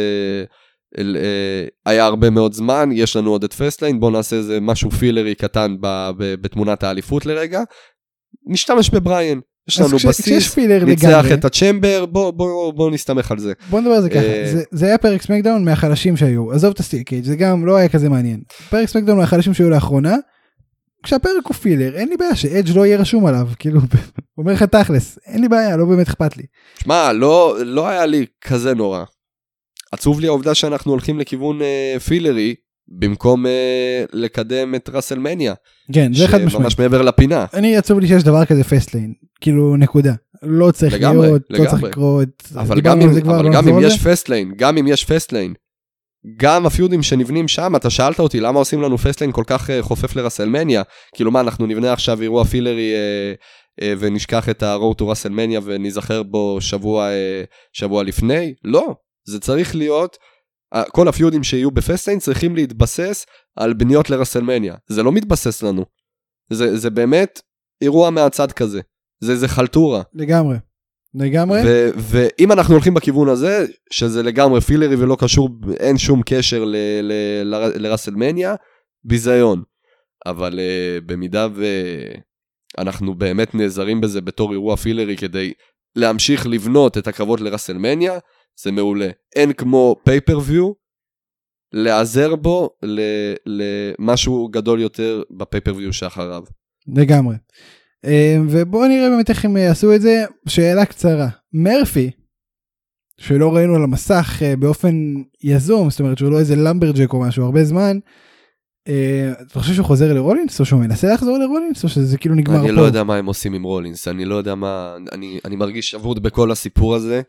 היה הרבה מאוד זמן, יש לנו עוד את פסטליין, בואו נעשה איזה משהו פילרי קטן בתמונת האליפות לרגע, נשתמש בבריין. יש לנו בסיס, ניצח את הצ'מבר, בואו נסתמך על זה. בואו נדבר על זה ככה, זה היה פרק סמקדאון מהחלשים שהיו, עזוב את הסטיל קייג' זה גם לא היה כזה מעניין. פרק סמקדאון מהחלשים שהיו לאחרונה, כשהפרק הוא פילר, אין לי בעיה שאדג' לא יהיה רשום עליו, כאילו, אומר לך תכלס, אין לי בעיה, לא באמת אכפת לי. שמע, לא היה לי כזה נורא. עצוב לי העובדה שאנחנו הולכים לכיוון פילרי, במקום לקדם את רסלמניה. כן, זה חד משמעית. ממש מעבר לפינה. אני עצוב לי שיש דבר כזה פסטליין, כאילו נקודה. לא צריך להיות, לא צריך לקרות. אבל גם אם יש פסטליין, גם הפיודים שנבנים שם, אתה שאלת אותי למה עושים לנו פסטליין כל כך חופף לרסלמניה, כאילו מה, אנחנו נבנה עכשיו אירוע פילרי ונשכח את הרואו טו רסלמניה ונזכר בו שבוע לפני? לא, זה צריך להיות... כל הפיודים שיהיו בפסטיין צריכים להתבסס על בניות לרסלמניה. זה לא מתבסס לנו. זה באמת אירוע מהצד כזה. זה חלטורה. לגמרי. ואם אנחנו הולכים בכיוון הזה, שזה לגמרי פילרי ולא קשור, אין שום קשר לרסלמניה, ביזיון. אבל במידה ואנחנו באמת נעזרים בזה בתור אירוע פילרי כדי להמשיך לבנות את הקרבות לרסלמניה, זה מעולה. אין כמו פייפריוויו, לעזר בו למשהו גדול יותר בפייפריוויו שאחריו. לגמרי. ובואו נראה באמת איך הם יעשו את זה. שאלה קצרה. מרפי, שלא ראינו על המסך באופן יזום, זאת אומרת שהוא לא איזה למברג'ק או משהו הרבה זמן, אתה חושב שהוא חוזר לרולינס, או שהוא מנסה לחזור לרולינס, או שזה כאילו נגמר פה? אני לא יודע מה הם עושים עם רולינס, אני לא יודע מה, אני מרגיש שבוד בכל הסיפור הזה,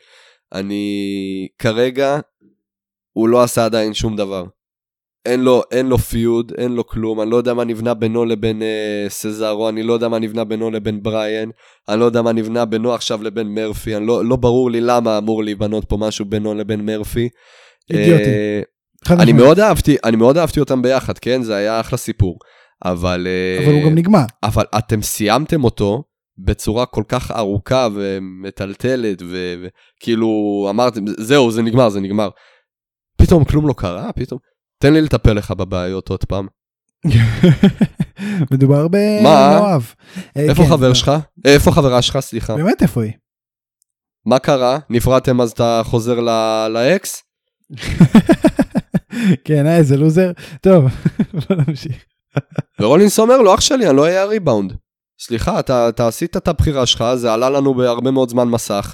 כרגע, הוא לא עשה עדיין שום דבר. אין לו פיוד, אין לו כלום, אני לא יודע מה נבנה בינו לבין סזארו, אני לא יודע מה נבנה בינו לבין בריין, אני לא יודע מה נבנה בינו עכשיו לבין מרפי, לא ברור לי למה אמור להיבנות פה משהו בינו לבין מרפי. אידיוטי. אני מאוד אהבתי אותם ביחד, כן? זה היה אחלה סיפור. אבל הוא גם נגמר. אבל אתם סיימתם אותו בצורה כל כך ארוכה ומטלטלת, וכאילו אמרתם, זהו, זה נגמר. פתאום כלום לא קרה, פתאום. תן לי לטפל לך בבעיות עוד פעם. מדובר בנואב. איפה חבר שלך? איפה חברה שלך, סליחה? באמת איפה היא? מה קרה? נפרדתם אז אתה חוזר לאקס? כן, איזה לוזר. טוב, בוא נמשיך. ורולינס אומר לו, אח שלי, אני לא אהיה ריבאונד. סליחה, אתה עשית את הבחירה שלך, זה עלה לנו בהרבה מאוד זמן מסך.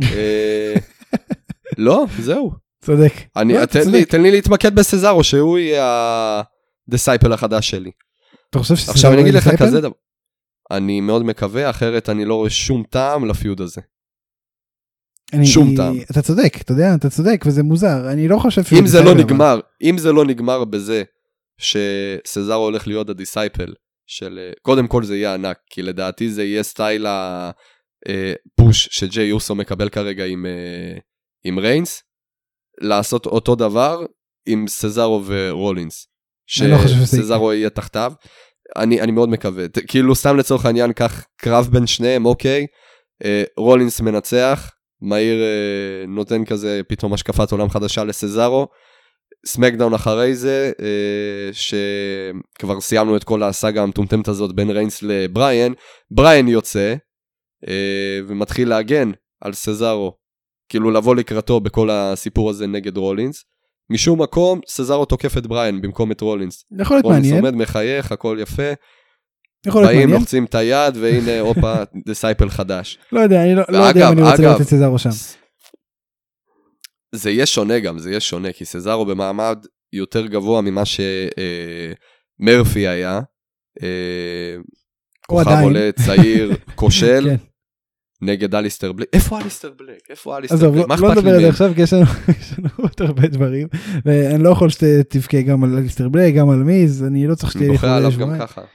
לא, זהו. צודק. תן לי להתמקד בסזארו, שהוא יהיה הדיסייפל החדש שלי. אתה חושב שסזארו עכשיו אני אגיד לך כזה דבר. אני מאוד מקווה, אחרת אני לא רואה שום טעם לפיוד הזה. שום טעם. אתה צודק, אתה יודע, אתה צודק, וזה מוזר. אני לא חושב אם זה לא נגמר בזה, שסזארו הולך להיות הדיסייפל, קודם כל זה יהיה ענק, כי לדעתי זה יהיה סטייל הפוש שג'יי יוסו מקבל כרגע עם ריינס, לעשות אותו דבר עם סזארו ורולינס, שסזארו יהיה תחתיו. אני מאוד מקווה, כאילו סתם לצורך העניין, כך קרב בין שניהם, אוקיי, רולינס מנצח, מהיר נותן כזה פתאום השקפת עולם חדשה לסזארו, סמקדאון אחרי זה, שכבר סיימנו את כל הסאגה המטומטמת הזאת בין ריינס לבריין, בריין יוצא, ומתחיל להגן על סזארו, כאילו לבוא לקראתו בכל הסיפור הזה נגד רולינס, משום מקום סזארו תוקף את בריין במקום את רולינס. יכול להיות מעניין. רולינס עומד מחייך, הכל יפה, באים לוחצים את היד, והנה אופה דיסייפל חדש. לא יודע, אני לא יודע אם אני רוצה לראות את סזארו שם. זה יהיה שונה גם, זה יהיה שונה, כי סזארו במעמד יותר גבוה ממה שמרפי היה, כוכב עולה צעיר, כושל, נגד אליסטר בלק. איפה אליסטר בלק? מה לא נדבר על זה עכשיו, כי יש לנו עוד הרבה דברים, ואני לא יכול שתבכה גם על אליסטר בלק, גם על מיז, אני לא צריך שתהיה לי חולה עליו גם ככה.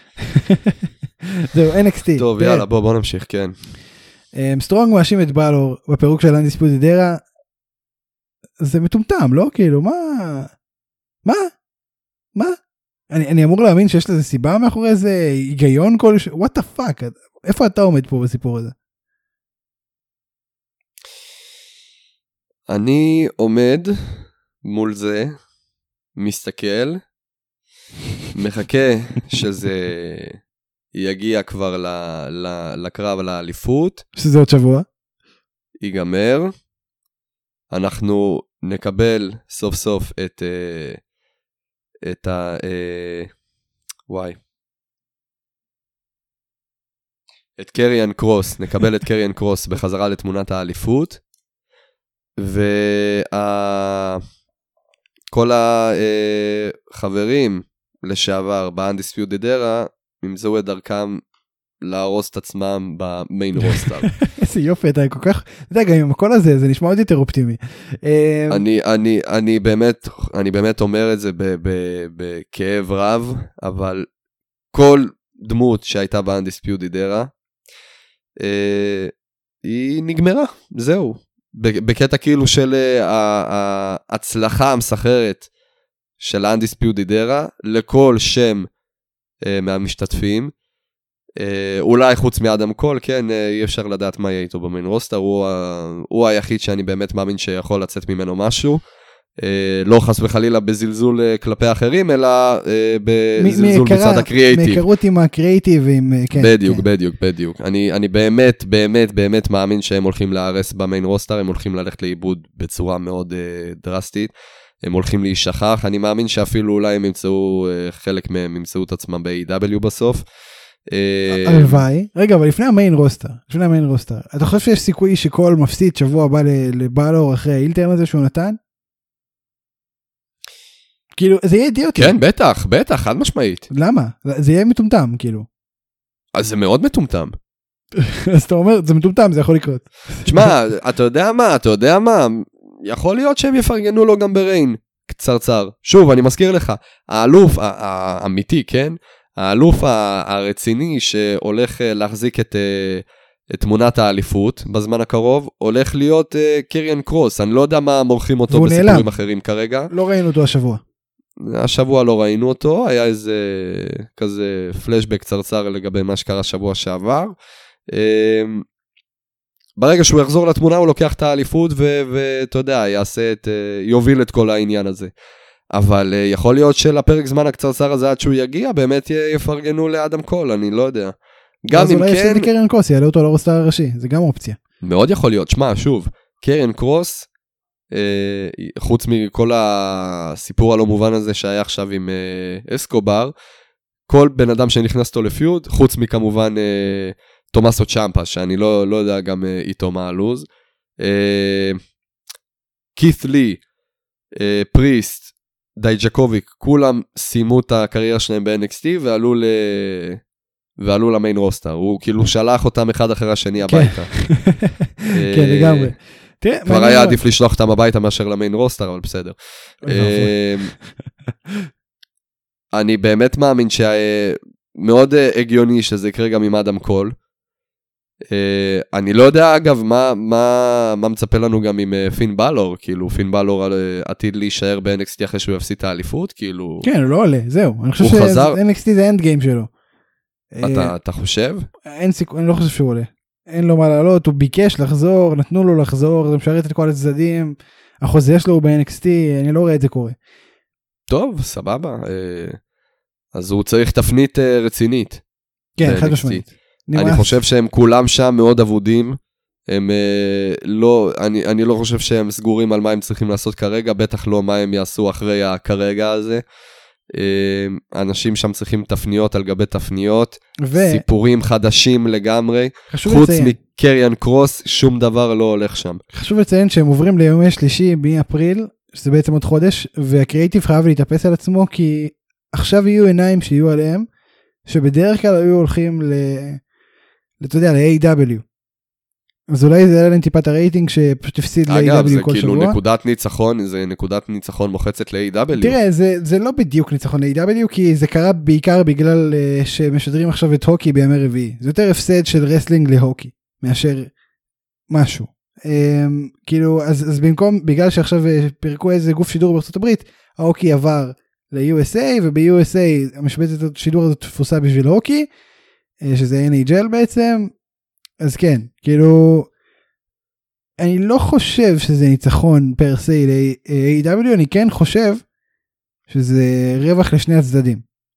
זהו, NXT. טוב, יאללה, בוא נמשיך, כן. סטרונג מאשים את בלור בפירוק של אנדיספיוטד ארה, זה מטומטם, לא? כאילו, מה? אני אמור להאמין שיש לזה סיבה מאחורי איזה היגיון כלשהו? What the fuck? איפה אתה עומד פה בסיפור הזה? אני עומד מול זה, מסתכל, מחכה שזה יגיע כבר לקרב לאליפות. שזה עוד שבוע. ייגמר. אנחנו נקבל סוף סוף את קריאן קרוס, נקבל את קריאן קרוס בחזרה לתמונת האליפות, וכל החברים לשעבר באנדיספיוטד ארה, ימצאו את דרכם להרוס את עצמם במיין רוסטר. איזה יופי, אתה כל כך, אתה יודע, גם עם הכל הזה, זה נשמע עוד יותר אופטימי. אני באמת אומר את זה בכאב רב, אבל כל דמות שהייתה באנדיספיוטד ארה, היא נגמרה, זהו. בקטע כאילו של ההצלחה המסחררת של האנדיספיוטד ארה, לכל שם מהמשתתפים, אולי חוץ מאדם קול, כן, אי אפשר לדעת מה יהיה איתו במיין רוסטר, הוא היחיד שאני באמת מאמין שיכול לצאת ממנו משהו, לא חס וחלילה בזלזול כלפי אחרים, אלא בזלזול מצד הקריאייטיב. מהיכרות עם הקריאייטיב. בדיוק. אני באמת מאמין שהם הולכים להרס במיין רוסטר, הם הולכים ללכת לאיבוד בצורה מאוד דרסטית, הם הולכים להישכח, אני מאמין שאפילו אולי הם ימצאו, חלק מהם ימצאו את עצמם ב-AW בסוף. הלוואי. רגע, אבל לפני המיין רוסטר, אתה חושב שיש סיכוי שכל מפסיד שבוע הבא לבלור אחרי האילטרן הזה שהוא נתן? כאילו, זה יהיה אידיוטי. כן, בטח, חד משמעית. למה? זה יהיה מטומטם, כאילו. אז זה מאוד מטומטם. אז אתה אומר, זה מטומטם, זה יכול לקרות. תשמע, אתה יודע מה? יכול להיות שהם יפרגנו לו גם בריין, קצרצר. שוב, אני מזכיר לך, האלוף האמיתי, כן? האלוף הרציני שהולך להחזיק את תמונת האליפות בזמן הקרוב, הולך להיות קריאן קרוס. אני לא יודע מה מורחים אותו בסיפורים אחרים כרגע. לא ראינו אותו השבוע. השבוע לא ראינו אותו, היה איזה כזה פלשבק קצרצר לגבי מה שקרה שבוע שעבר. ברגע שהוא יחזור לתמונה, הוא לוקח את האליפות, ואתה יודע, יוביל את כל העניין הזה. אבל יכול להיות שלפרק זמן הקצרצר הזה, עד שהוא יגיע, באמת יפרגנו לאדם קול, אני לא יודע. גם אם כן... אז אולי יפסיד לקריאן קרוס, יעלה אותו לרוסטר הראשי, זה גם אופציה. מאוד יכול להיות, שמה, שוב, קריאן קרוס, חוץ מכל הסיפור הלא מובן הזה שהיה עכשיו עם אסקובר, כל בן אדם שנכנס אותו לפיוד, חוץ מכמובן תומאסו צ'אמפה, שאני לא יודע גם איתו מה הלוז, כית לי, פריסט, דייג'קוביק, כולם סיימו את הקריירה שלהם ב-NXT ועלו למיין רוסטר, הוא כאילו שלח אותם אחד אחרי השני הביתה. כן, לגמרי. כבר היה עדיף לשלוח אותם הביתה מאשר למיין רוסטר, אבל בסדר. אני באמת מאמין שמאוד הגיוני שזה יקרה גם עם אדם קול. אני לא יודע אגב מה מצפה לנו גם עם פין בלור, כאילו פין בלור עתיד להישאר ב-NXT אחרי שהוא יפסיד את האליפות, כאילו... כן, הוא לא עולה, זהו. אני חושב ש-NXT זה האנד גיים שלו. אתה חושב? אין סיכוי, אני לא חושב שהוא עולה. אין לו מה לעלות, הוא ביקש לחזור, נתנו לו לחזור, זה משרת את כל הצדדים, החוזה שלו הוא ב-NXT, אני לא רואה את זה קורה. טוב, סבבה. אז הוא צריך תפנית רצינית. כן, חד משמעית. אני חושב שהם כולם שם מאוד אבודים, אני לא חושב שהם סגורים על מה הם צריכים לעשות כרגע, בטח לא מה הם יעשו אחרי הכרגע הזה. אנשים שם צריכים תפניות על גבי תפניות, סיפורים חדשים לגמרי, חוץ מקריאן קרוס, שום דבר לא הולך שם. חשוב לציין שהם עוברים ליום השלישי מאפריל, שזה בעצם עוד חודש, והקריאיטיב חייב להתאפס על עצמו, כי עכשיו יהיו עיניים שיהיו עליהם, שבדרך כלל היו הולכים אתה יודע, ל-AW. אז אולי זה היה להם טיפת הרייטינג שפשוט הפסיד ל-AW כל שבוע. אגב, זה כאילו נקודת ניצחון, זה נקודת ניצחון מוחצת ל-AW. תראה, זה לא בדיוק ניצחון ל-AW, כי זה קרה בעיקר בגלל שמשדרים עכשיו את הוקי בימי רביעי. זה יותר הפסד של רסלינג להוקי, מאשר משהו. כאילו, אז במקום, בגלל שעכשיו פרקו איזה גוף שידור בארצות הברית, ההוקי עבר ל-USA, וב-USA המשבצת השידור הזאת תפוסה בשביל הוקי, שזה NHL בעצם, אז כן, כאילו, אני לא חושב שזה ניצחון פר סי ל-AW, אני כן חושב שזה רווח לשני הצדדים.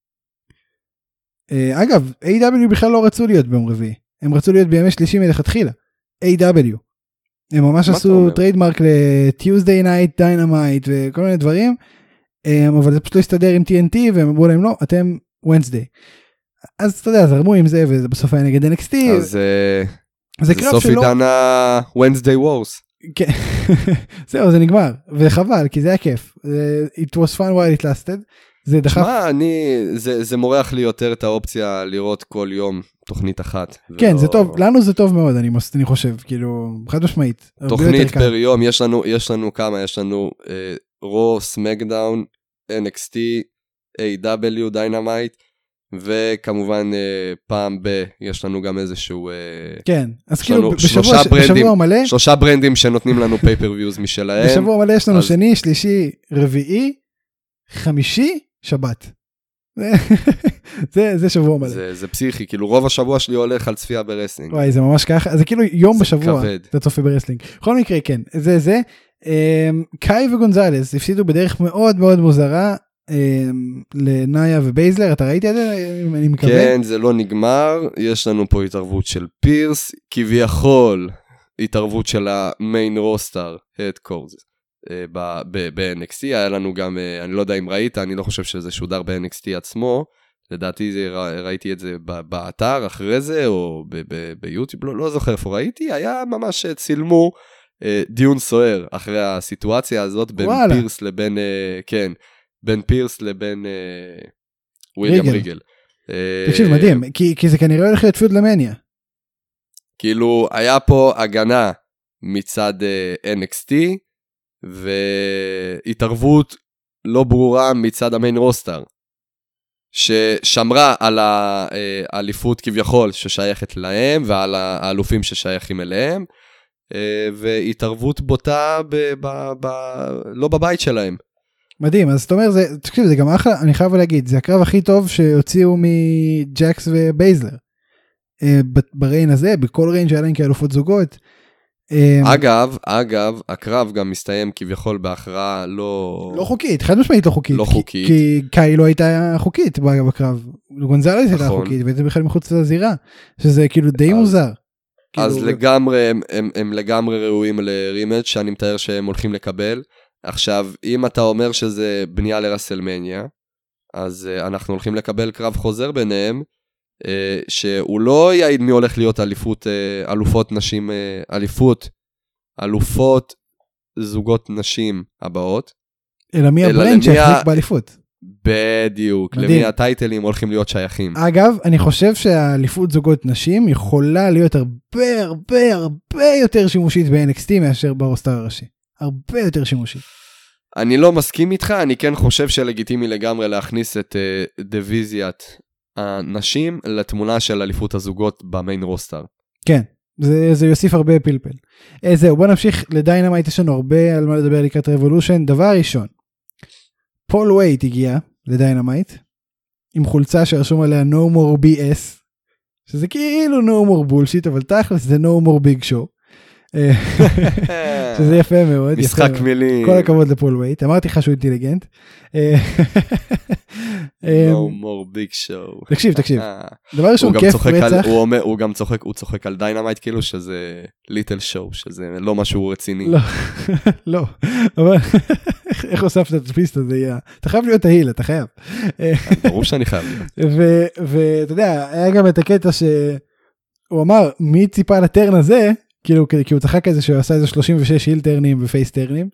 אגב, AW בכלל לא רצו להיות ביום רביעי, הם רצו להיות בימי שלישי מלכתחילה, AW. הם ממש עשו טריידמרק ל-Tuesday Night Dynamite וכל מיני דברים, אבל זה פשוט לא הסתדר עם TNT, והם אמרו להם לא, אתם Wednesday. אז אתה יודע, זרמו עם זה, וזה בסוף היה נגד NXT. אז זה סוף עידן ה-Wednesday Wars. כן, זהו, זה נגמר, וחבל, כי זה היה כיף. It was fun while it lasted. זה דחף. שמה, זה מורח לי יותר את האופציה לראות כל יום תוכנית אחת. כן, זה טוב, לנו זה טוב מאוד, אני חושב, כאילו, חד משמעית. תוכנית פר יום, יש לנו כמה, יש לנו Raw, SmackDown, NXT, AW, Dynamite, וכמובן פעם יש לנו גם איזשהו... כן, אז כאילו בשבוע מלא... 3 ברנדים שנותנים לנו פייפריוויוז משלהם. בשבוע מלא יש לנו שני, שלישי, רביעי, חמישי, שבת. זה שבוע מלא. זה פסיכי, כאילו רוב השבוע שלי הולך על צפייה ברסלינג. וואי, זה ממש ככה, זה כאילו יום בשבוע אתה צופה ברסלינג. בכל מקרה, כן, זה. קאי וגונזלס הפסידו בדרך מאוד מאוד מוזרה, לנאיה ובייזלר, אתה ראיתי את זה? אני מקווה. כן, זה לא נגמר, יש לנו פה התערבות של פירס, כביכול התערבות של המיין רוסטר, הדקורס, ב-NXT, היה לנו גם, אני לא יודע אם ראית, אני לא חושב שזה שודר ב-NXT עצמו, לדעתי ראיתי את זה באתר אחרי זה, או ביוטיוב, לא זוכר איפה ראיתי, היה ממש צילמו דיון סוער אחרי הסיטואציה הזאת, בין פירס לבין, כן, בין פירס לבין וויליאם ריגל. תקשיב, מדהים, כי זה כנראה הולך להיות פיוד למניה. כאילו, היה פה הגנה מצד NXT, והתערבות לא ברורה מצד המיין רוסטר, ששמרה על האליפות כביכול ששייכת להם, ועל האלופים ששייכים אליהם, והתערבות בוטה לא בבית שלהם. מדהים, אז אתה אומר, תקשיב, זה גם אחלה, אני חייב להגיד, זה הקרב הכי טוב שהוציאו מג'קס ובייזלר. בריין הזה, בכל ריין שהיה להם כאלופות זוגות. אגב, הקרב גם מסתיים כביכול בהכרעה לא חוקית, חד משמעית לא חוקית. לא חוקית. כי קאי לא הייתה חוקית בקרב. גונזלס הייתה חוקית, וזה בכלל מחוץ לזירה, שזה כאילו די מוזר. אז לגמרי, הם לגמרי ראויים לרימג' שאני מתאר שהם הולכים לקבל. עכשיו, אם אתה אומר שזה בנייה לרסלמניה, אז אנחנו הולכים לקבל קרב חוזר ביניהם, שהוא לא יעיד מי הולך להיות אלופות נשים, אלופות זוגות נשים הבאות. אלא מי הברנד שהחליק באליפות. בדיוק, מדהים. למי הטייטלים הולכים להיות שייכים. אגב, אני חושב שהאליפות זוגות נשים יכולה להיות הרבה הרבה הרבה יותר שימושית ב-NXT מאשר ברוסטר הראשי. הרבה יותר שימושית. אני לא מסכים איתך, אני כן חושב שלגיטימי לגמרי להכניס את דיוויזיית הנשים לתמונה של אליפות הזוגות במיין רוסטר. כן, זה יוסיף הרבה פלפל. זהו, בוא נמשיך לדיינמייט, יש לנו הרבה על מה לדבר לקראת רבולושן. דבר ראשון, פול וייט הגיע לדיינמייט, עם חולצה שרשום עליה No More BS, שזה כאילו No More Bullshit, אבל תכלס זה No More Big Show. שזה יפה מאוד. משחק מילים. כל הכבוד לפול וייט, אמרתי לך שהוא אינטליגנט. No more big show. תקשיב. דבר ראשון, כיף רצח. הוא צוחק על דיינמייט כאילו שזה ליטל שואו, שזה לא משהו רציני. לא, אבל איך הוספת את הטוויסט הזה? אתה חייב להיות ההיל, אתה חייב. ברור שאני חייב להיות. ואתה יודע, היה גם את הקטע שהוא אמר, מי ציפה לטרן הזה? כאילו, כי הוא צחק איזה שהוא עשה איזה 36 היל טרנים ופייס טרנים.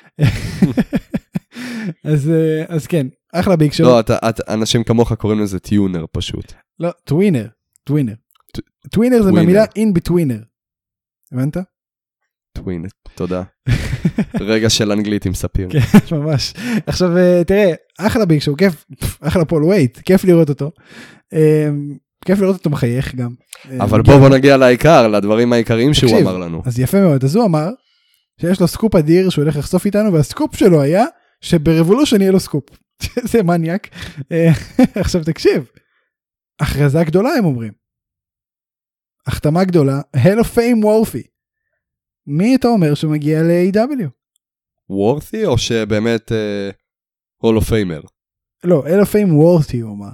אז כן, אחלה ביג שואו. לא, אנשים כמוך קוראים לזה טיונר פשוט. לא, טווינר. טווינר זה מהמילה in betweener. הבנת? טווינר, תודה. רגע של אנגלית עם ספיר. כן, ממש. עכשיו, תראה, אחלה ביג שואו, כיף, אחלה פול וייט, כיף לראות אותו. כיף לראות אותו מחייך גם. אבל בוא נגיע לעיקר, לדברים העיקריים שהוא אמר לנו. אז יפה מאוד, אז הוא אמר שיש לו סקופ אדיר שהוא הולך לחשוף איתנו, והסקופ שלו היה שברבולושן יהיה לו סקופ. זה מניאק. עכשיו תקשיב, הכרזה גדולה הם אומרים. החתמה גדולה, Hall of Fame Worthy. מי אתה אומר שמגיע ל-AW? Worthy או שבאמת Hall of Famer? לא, Hall of Fame Worthy הוא אמר.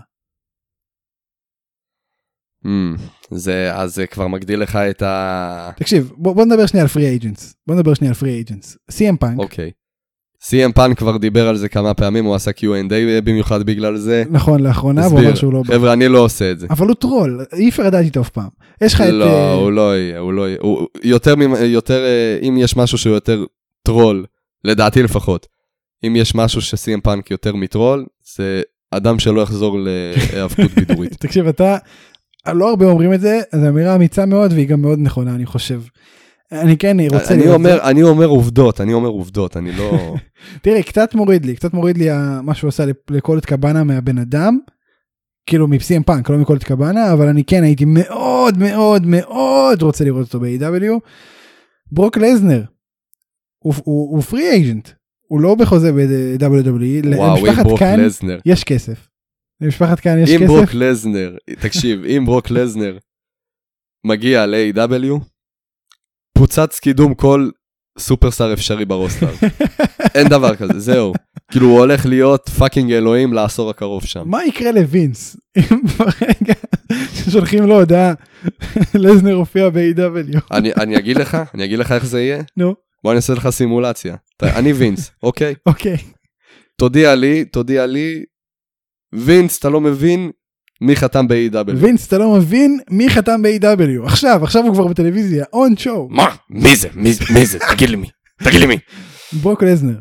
אז זה כבר מגדיל לך את תקשיב, בוא נדבר שנייה על פרי אייג'נטס. CM פאנק. אוקיי. CM פאנק כבר דיבר על זה כמה פעמים, הוא עשה Q&A במיוחד בגלל זה. נכון, לאחרונה, הוא אומר שהוא לא... חבר'ה, אני לא עושה את זה. אבל הוא טרול, אי אפשר לדעת איתו אף פעם. יש לך את... לא, הוא לא יהיה. יותר, אם יש משהו שהוא יותר טרול, לדעתי לפחות, אם יש משהו ש-CM פאנק יותר מטרול, זה אדם שלא יחזור להאבקות בידורית. תקשיב, לא הרבה אומרים את זה, זו אמירה אמיצה מאוד, והיא גם מאוד נכונה, אני חושב. אני כן רוצה... אני אומר עובדות, אני לא... תראה, קצת מוריד לי מה שהוא עושה לקולט קבנה מהבן אדם, כאילו מפסים פאנק, לא מקולט קבנה, אבל אני כן הייתי מאוד מאוד מאוד רוצה לראות אותו ב-AW. ברוק לזנר, הוא פרי אייג'נט, הוא לא בחוזה ב-WWE, למשפחת כאן יש כסף. למשפחת כאן יש כסף. אם ברוק לזנר, תקשיב, אם ברוק לזנר מגיע ל-AW, פוצץ קידום כל סופרסטאר אפשרי ברוסטר. אין דבר כזה, זהו. כאילו הוא הולך להיות פאקינג אלוהים לעשור הקרוב שם. מה יקרה לווינס? אם ברגע ששולחים לו הודעה, לזנר הופיע ב-AW. אני אגיד לך איך זה יהיה? נו. בוא אני אעשה לך סימולציה. אני וינס, אוקיי? אוקיי. תודיע לי, וינס, אתה לא מבין מי חתם ב-AW. וינס, אתה לא מבין מי חתם ב-AW. עכשיו הוא כבר בטלוויזיה, on show. מה? מי זה? תגיד לי מי. ברוק לזנר.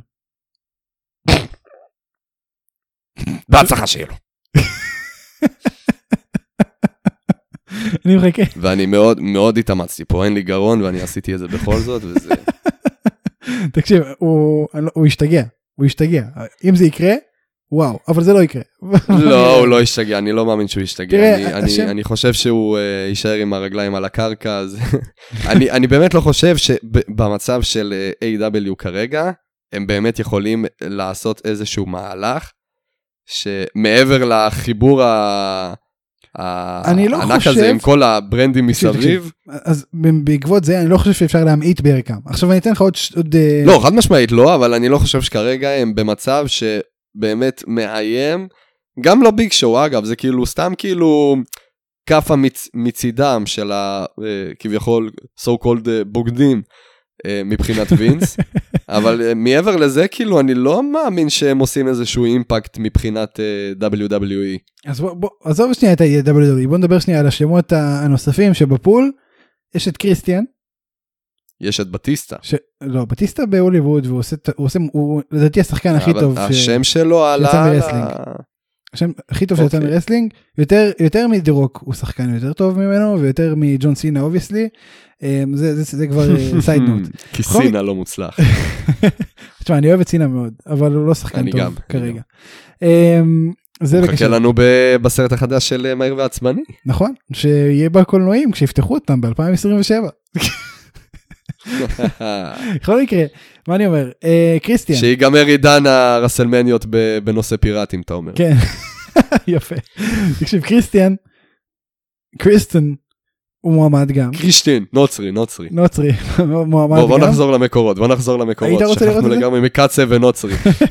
בהצלחה שיהיה לו. אני מחכה. ואני מאוד התאמצתי פה, אין לי גרון ואני עשיתי את זה בכל זאת, וזה... תקשיב, הוא ישתגע. אם זה יקרה, וואו, אבל זה לא יקרה. לא, הוא לא ישתגע, אני לא מאמין שהוא ישתגע. אני חושב שהוא יישאר עם הרגליים על הקרקע. אני באמת לא חושב שבמצב של AW כרגע, הם באמת יכולים לעשות איזשהו מהלך, שמעבר לחיבור הענק הזה עם כל הברנדים מסביב. אז בעקבות זה אני לא חושב שאפשר להמעיט בערכם. עכשיו אני אתן לך עוד... לא, חד משמעית לא, אבל אני לא חושב שכרגע הם במצב שבאמת מאיים, גם לא ביג שואו אגב, זה כאילו סתם כאילו כפה מצידם של כביכול so called בוגדים מבחינת וינס, אבל מעבר לזה כאילו אני לא מאמין שהם עושים איזשהו אימפקט מבחינת WWE. אז בוא, עזוב שנייה את ה-WWE, בוא נדבר שנייה על השמות הנוספים שבפול, יש את קריסטיאן, יש את בטיסטה. לא, בטיסטה בהוליווד, הוא לדעתי השחקן הכי טוב. השם שלו עלה... השם הכי טוב שיצא מרסלינג, יותר מדירוק הוא שחקן יותר טוב ממנו, ויותר מג'ון סינה אובייסלי, זה כבר סייד נוט. כי סינה לא מוצלח. תשמע, אני אוהב את סינה מאוד, אבל הוא לא שחקן טוב כרגע. הוא חכה לנו בסרט החדש של מהיר ועצבני. נכון, שיהיה בקולנועים כשיפתחו אותם ב-2027. יכול לקרוא, מה אני אומר? קריסטיאן. שיגמר עידן הרסלמניות בנושא פיראטים, אתה אומר. כן, יפה. תקשיב, קריסטן הוא מועמד גם. קריסטיאן, נוצרי. מועמד גם. בוא נחזור למקורות. היית רוצה לראות את זה? שכחנו לגמרי מקצה ונוצרי.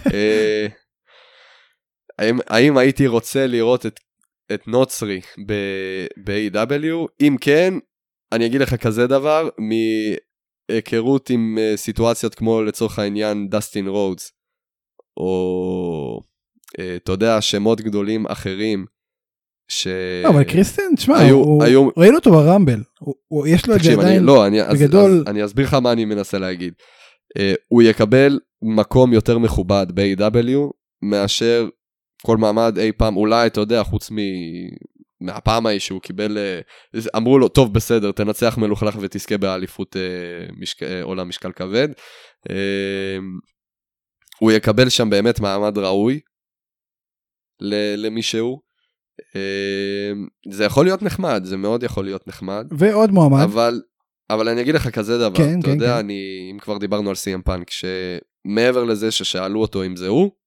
האם הייתי רוצה לראות את נוצרי ב-AW? אם כן, אני אגיד לך כזה דבר, מהיכרות עם סיטואציות כמו לצורך העניין דסטין רודס, או אתה יודע, שמות גדולים אחרים, לא, אבל קריסטיאן, תשמע, ראינו אותו ברמבל, יש לו את זה עדיין בגדול. אני אסביר לך מה אני מנסה להגיד. הוא יקבל מקום יותר מכובד ב-AW, מאשר כל מעמד אי פעם, אולי אתה יודע, חוץ מהפעם ההיא שהוא קיבל, אמרו לו, טוב בסדר, תנצח מלוכלך ותזכה באליפות עולם משקל כבד. הוא יקבל שם באמת מעמד ראוי למישהו. זה יכול להיות נחמד, זה מאוד יכול להיות נחמד. ועוד מועמד. אבל אני אגיד לך כזה דבר, אתה יודע, אם כבר דיברנו על CM Punk, שמעבר לזה ששאלו אותו אם זה הוא,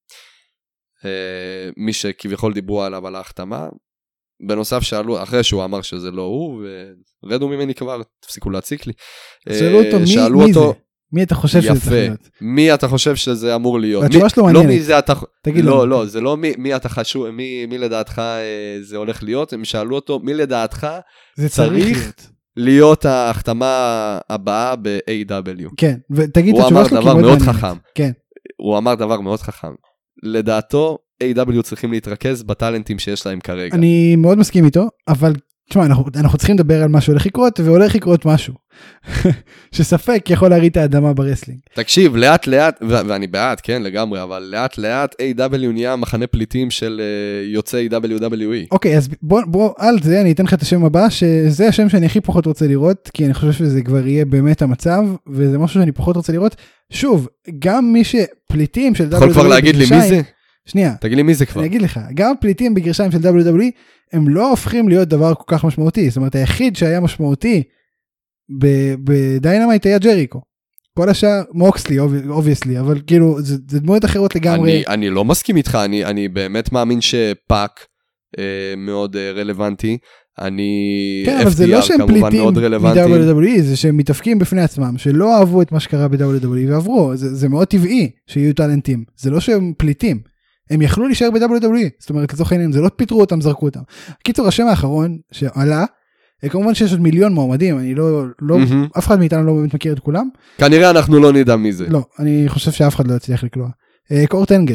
מי שכביכול דיברו עליו על ההחתמה, בנוסף שאלו, אחרי שהוא אמר שזה לא הוא, ורדו ממני כבר, תפסיקו להציק לי. שאלו אותו, מי אתה חושב שזה צריך להיות? מי אתה חושב שזה אמור להיות? התשובה שלו מעניינת. לא, זה לא מי אתה חשוב, מי לדעתך זה הולך להיות, הם שאלו אותו, מי לדעתך צריך להיות ההחתמה הבאה ב-AW. כן, ותגיד את התשובה שלו, הוא אמר דבר מאוד חכם. כן. הוא אמר דבר מאוד חכם. לדעתו, AW צריכים להתרכז בטלנטים שיש להם כרגע. אני מאוד מסכים איתו, אבל תשמע, אנחנו צריכים לדבר על מה שהולך לקרות, והולך לקרות משהו. שספק יכול להריד את האדמה ברסלינג. תקשיב, לאט לאט, ואני בעד, כן, לגמרי, אבל לאט לאט AW נהיה מחנה פליטים של יוצאי WWE. אוקיי, אז בוא על זה, אני אתן לך את השם הבא, שזה השם שאני הכי פחות רוצה לראות, כי אני חושב שזה כבר יהיה באמת המצב, וזה משהו שאני פחות רוצה לראות. שוב, גם מי שפליטים של WWE... יכול כבר להגיד לי מי זה? שנייה. תגיד לי מי זה כבר. אני אגיד לך, גם פליטים בגרשיים של WWE, הם לא הופכים להיות דבר כל כך משמעותי. זאת אומרת, היחיד שהיה משמעותי בדיינמייט היה ג'ריקו. כל השאר, מוקסלי, אובייסלי, אבל כאילו, זה דמויות אחרות לגמרי. אני לא מסכים איתך, אני באמת מאמין שפאק מאוד רלוונטי. כן, אבל זה לא שהם פליטים ב-WWE, זה שהם מתאפקים בפני עצמם, שלא אהבו את מה שקרה ב-WWE ועברו. זה מאוד טבעי שיהיו טלנטים. זה לא שהם פליטים. הם יכלו להישאר ב-WWE, זאת אומרת, לצורך העניין, זה לא פיטרו אותם, זרקו אותם. קיצור, השם האחרון שעלה, כמובן שיש עוד מיליון מועמדים, אני לא, אף אחד מאיתנו לא באמת מכיר את כולם. כנראה אנחנו לא נדע מי זה. לא, אני חושב שאף אחד לא יצליח לקלוע. קורט אנגל.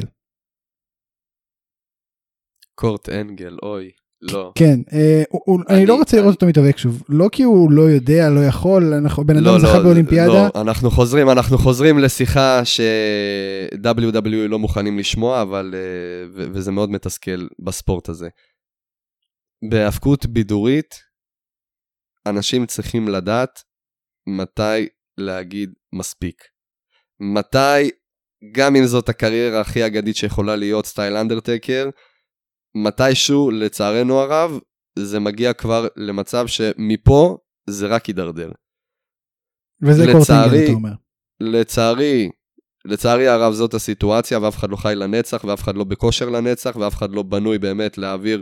קורט אנגל, אוי, לא. כן, אני לא רוצה לראות אותו מתאבק שוב, לא כי הוא לא יודע, לא יכול, בן אדם זכה באולימפיאדה. לא, אנחנו חוזרים לשיחה ש-WWE לא מוכנים לשמוע, אבל, וזה מאוד מתסכל בספורט הזה. בהפקות בידורית, אנשים צריכים לדעת מתי להגיד מספיק. מתי, גם אם זאת הקריירה הכי אגדית שיכולה להיות סטייל אנדרטקר, מתישהו, לצערנו הרב, זה מגיע כבר למצב שמפה זה רק יידרדר. וזה קורטינגל, אתה אומר. לצערי הרב זאת הסיטואציה, ואף אחד לא חי לנצח, ואף אחד לא בכושר לנצח, ואף אחד לא בנוי באמת להעביר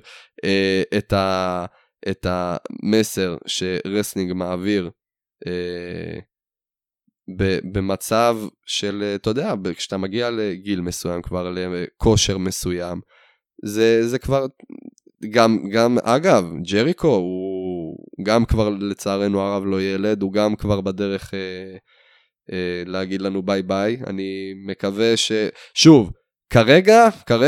את המסר שרסלינג מעביר במצב של, אתה יודע, כשאתה מגיע לגיל מסוים, כבר לכושר מסוים, זה כבר, גם אגב, ג'ריקו, הוא גם כבר לצערנו הרב לא ילד, הוא גם כבר בדרך להגיד לנו ביי ביי, אני מקווה שוב, כרגע,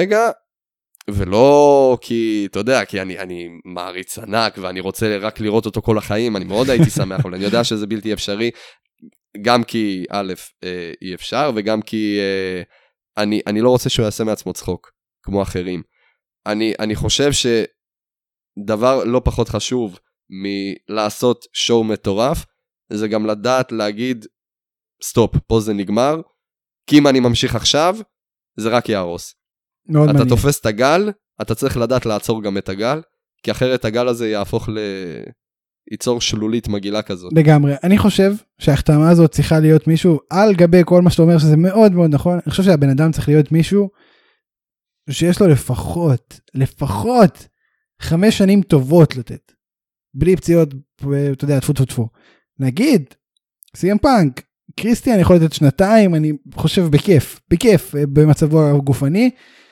ולא כי, אתה יודע, כי אני מעריץ ענק, ואני רוצה רק לראות אותו כל החיים, אני מאוד הייתי שמח, אבל אני יודע שזה בלתי אפשרי, גם כי א', אי אפשר, וגם כי אני לא רוצה שהוא יעשה מעצמו צחוק, כמו אחרים. אני חושב שדבר לא פחות חשוב מלעשות שואו מטורף, זה גם לדעת להגיד, סטופ, פה זה נגמר, כי אם אני ממשיך עכשיו, זה רק יהרוס. מאוד מעניין. אתה תופס את הגל, אתה צריך לדעת לעצור גם את הגל, כי אחרת הגל הזה יהפוך ליצור שלולית מגעילה כזאת. לגמרי. אני חושב שההחתמה הזאת צריכה להיות מישהו, על גבי כל מה שאתה אומר, שזה מאוד מאוד נכון, אני חושב שהבן אדם צריך להיות מישהו, שיש לו לפחות 5 שנים טובות לתת. בלי פציעות, אתה יודע, טפו. נגיד, סי.אם פאנק, קריסטיאן יכול לתת 2, אני חושב בכיף, במצבו הגופני,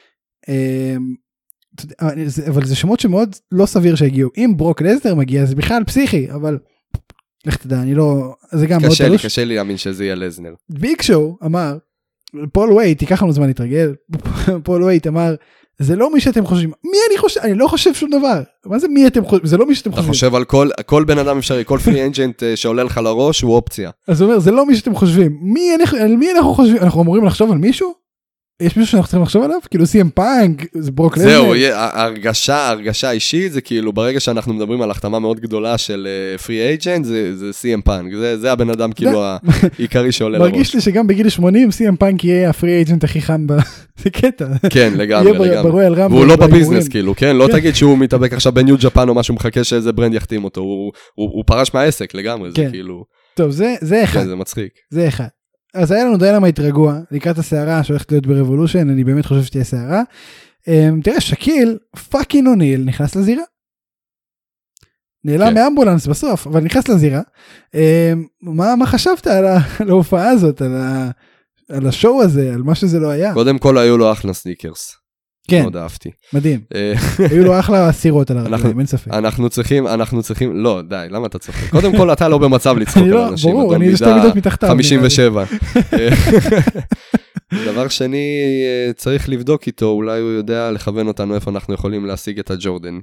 אבל זה שמות שמאוד לא סביר שהגיעו. אם ברוק לסנר מגיע, זה בכלל פסיכי, אבל לך תדע, אני לא, זה גם מאוד תלוש. קשה לי להאמין שזה יהיה לסנר. ביג שואו אמר, פול ווייט, תיקח לנו זמן להתרגל, פול ווייט אמר, זה לא מי שאתם חושבים, מי אני חושב? אני לא חושב שום דבר. מה זה מי אתם חושבים? זה לא מי שאתם חושבים. אתה חושב על כל בן אדם אפשרי, כל פרי אנג'נט שעולה לך לראש הוא אופציה. אז הוא אומר, זה לא מי שאתם חושבים. על מי אנחנו חושבים? אנחנו אמורים לחשוב על מישהו? יש מישהו שאנחנו צריכים לחשוב עליו? כאילו סי.אם פאנק, זה ברוק לסנר. זהו, ההרגשה האישית זה כאילו ברגע שאנחנו מדברים על החתמה מאוד גדולה של פרי אייג'נט, זה סי.אם פאנק, זה הבן אדם כאילו העיקרי שעולה לראש. מרגיש לי שגם בגיל 80 סי.אם פאנק יהיה הפרי אייג'נט הכי חם זה קטע. כן, לגמרי. והוא לא בביזנס כאילו, כן? לא תגיד שהוא מתאבק עכשיו בניו ג'פן או משהו, מחכה שאיזה ברנד יחתים אותו, הוא פרש מהעסק לגמרי, זה כאילו... טוב, זה אחד. זה מצחיק. זה אחד. אז היה לנו דיינמייט רגוע, לקראת הסערה שהולכת להיות ברבולושן, אני באמת חושב שתהיה סערה. תראה, שקיל, פאקינג אוניל, נכנס לזירה. נעלם מאמבולנס בסוף, אבל נכנס לזירה. מה חשבת על ההופעה הזאת, על השואו הזה, על מה שזה לא היה? קודם כל היו לו אחלה סניקרס. כן, מאוד אהבתי. מדהים. היו לו אחלה סירות על הרגליים, אין ספק. אנחנו צריכים, לא, די, למה אתה צוחק? קודם כל אתה לא במצב לצחוק על אנשים. ברור, אני 2 מידות מתחתיו. 57. דבר שני, צריך לבדוק איתו, אולי הוא יודע לכוון אותנו איפה אנחנו יכולים להשיג את הג'ורדן.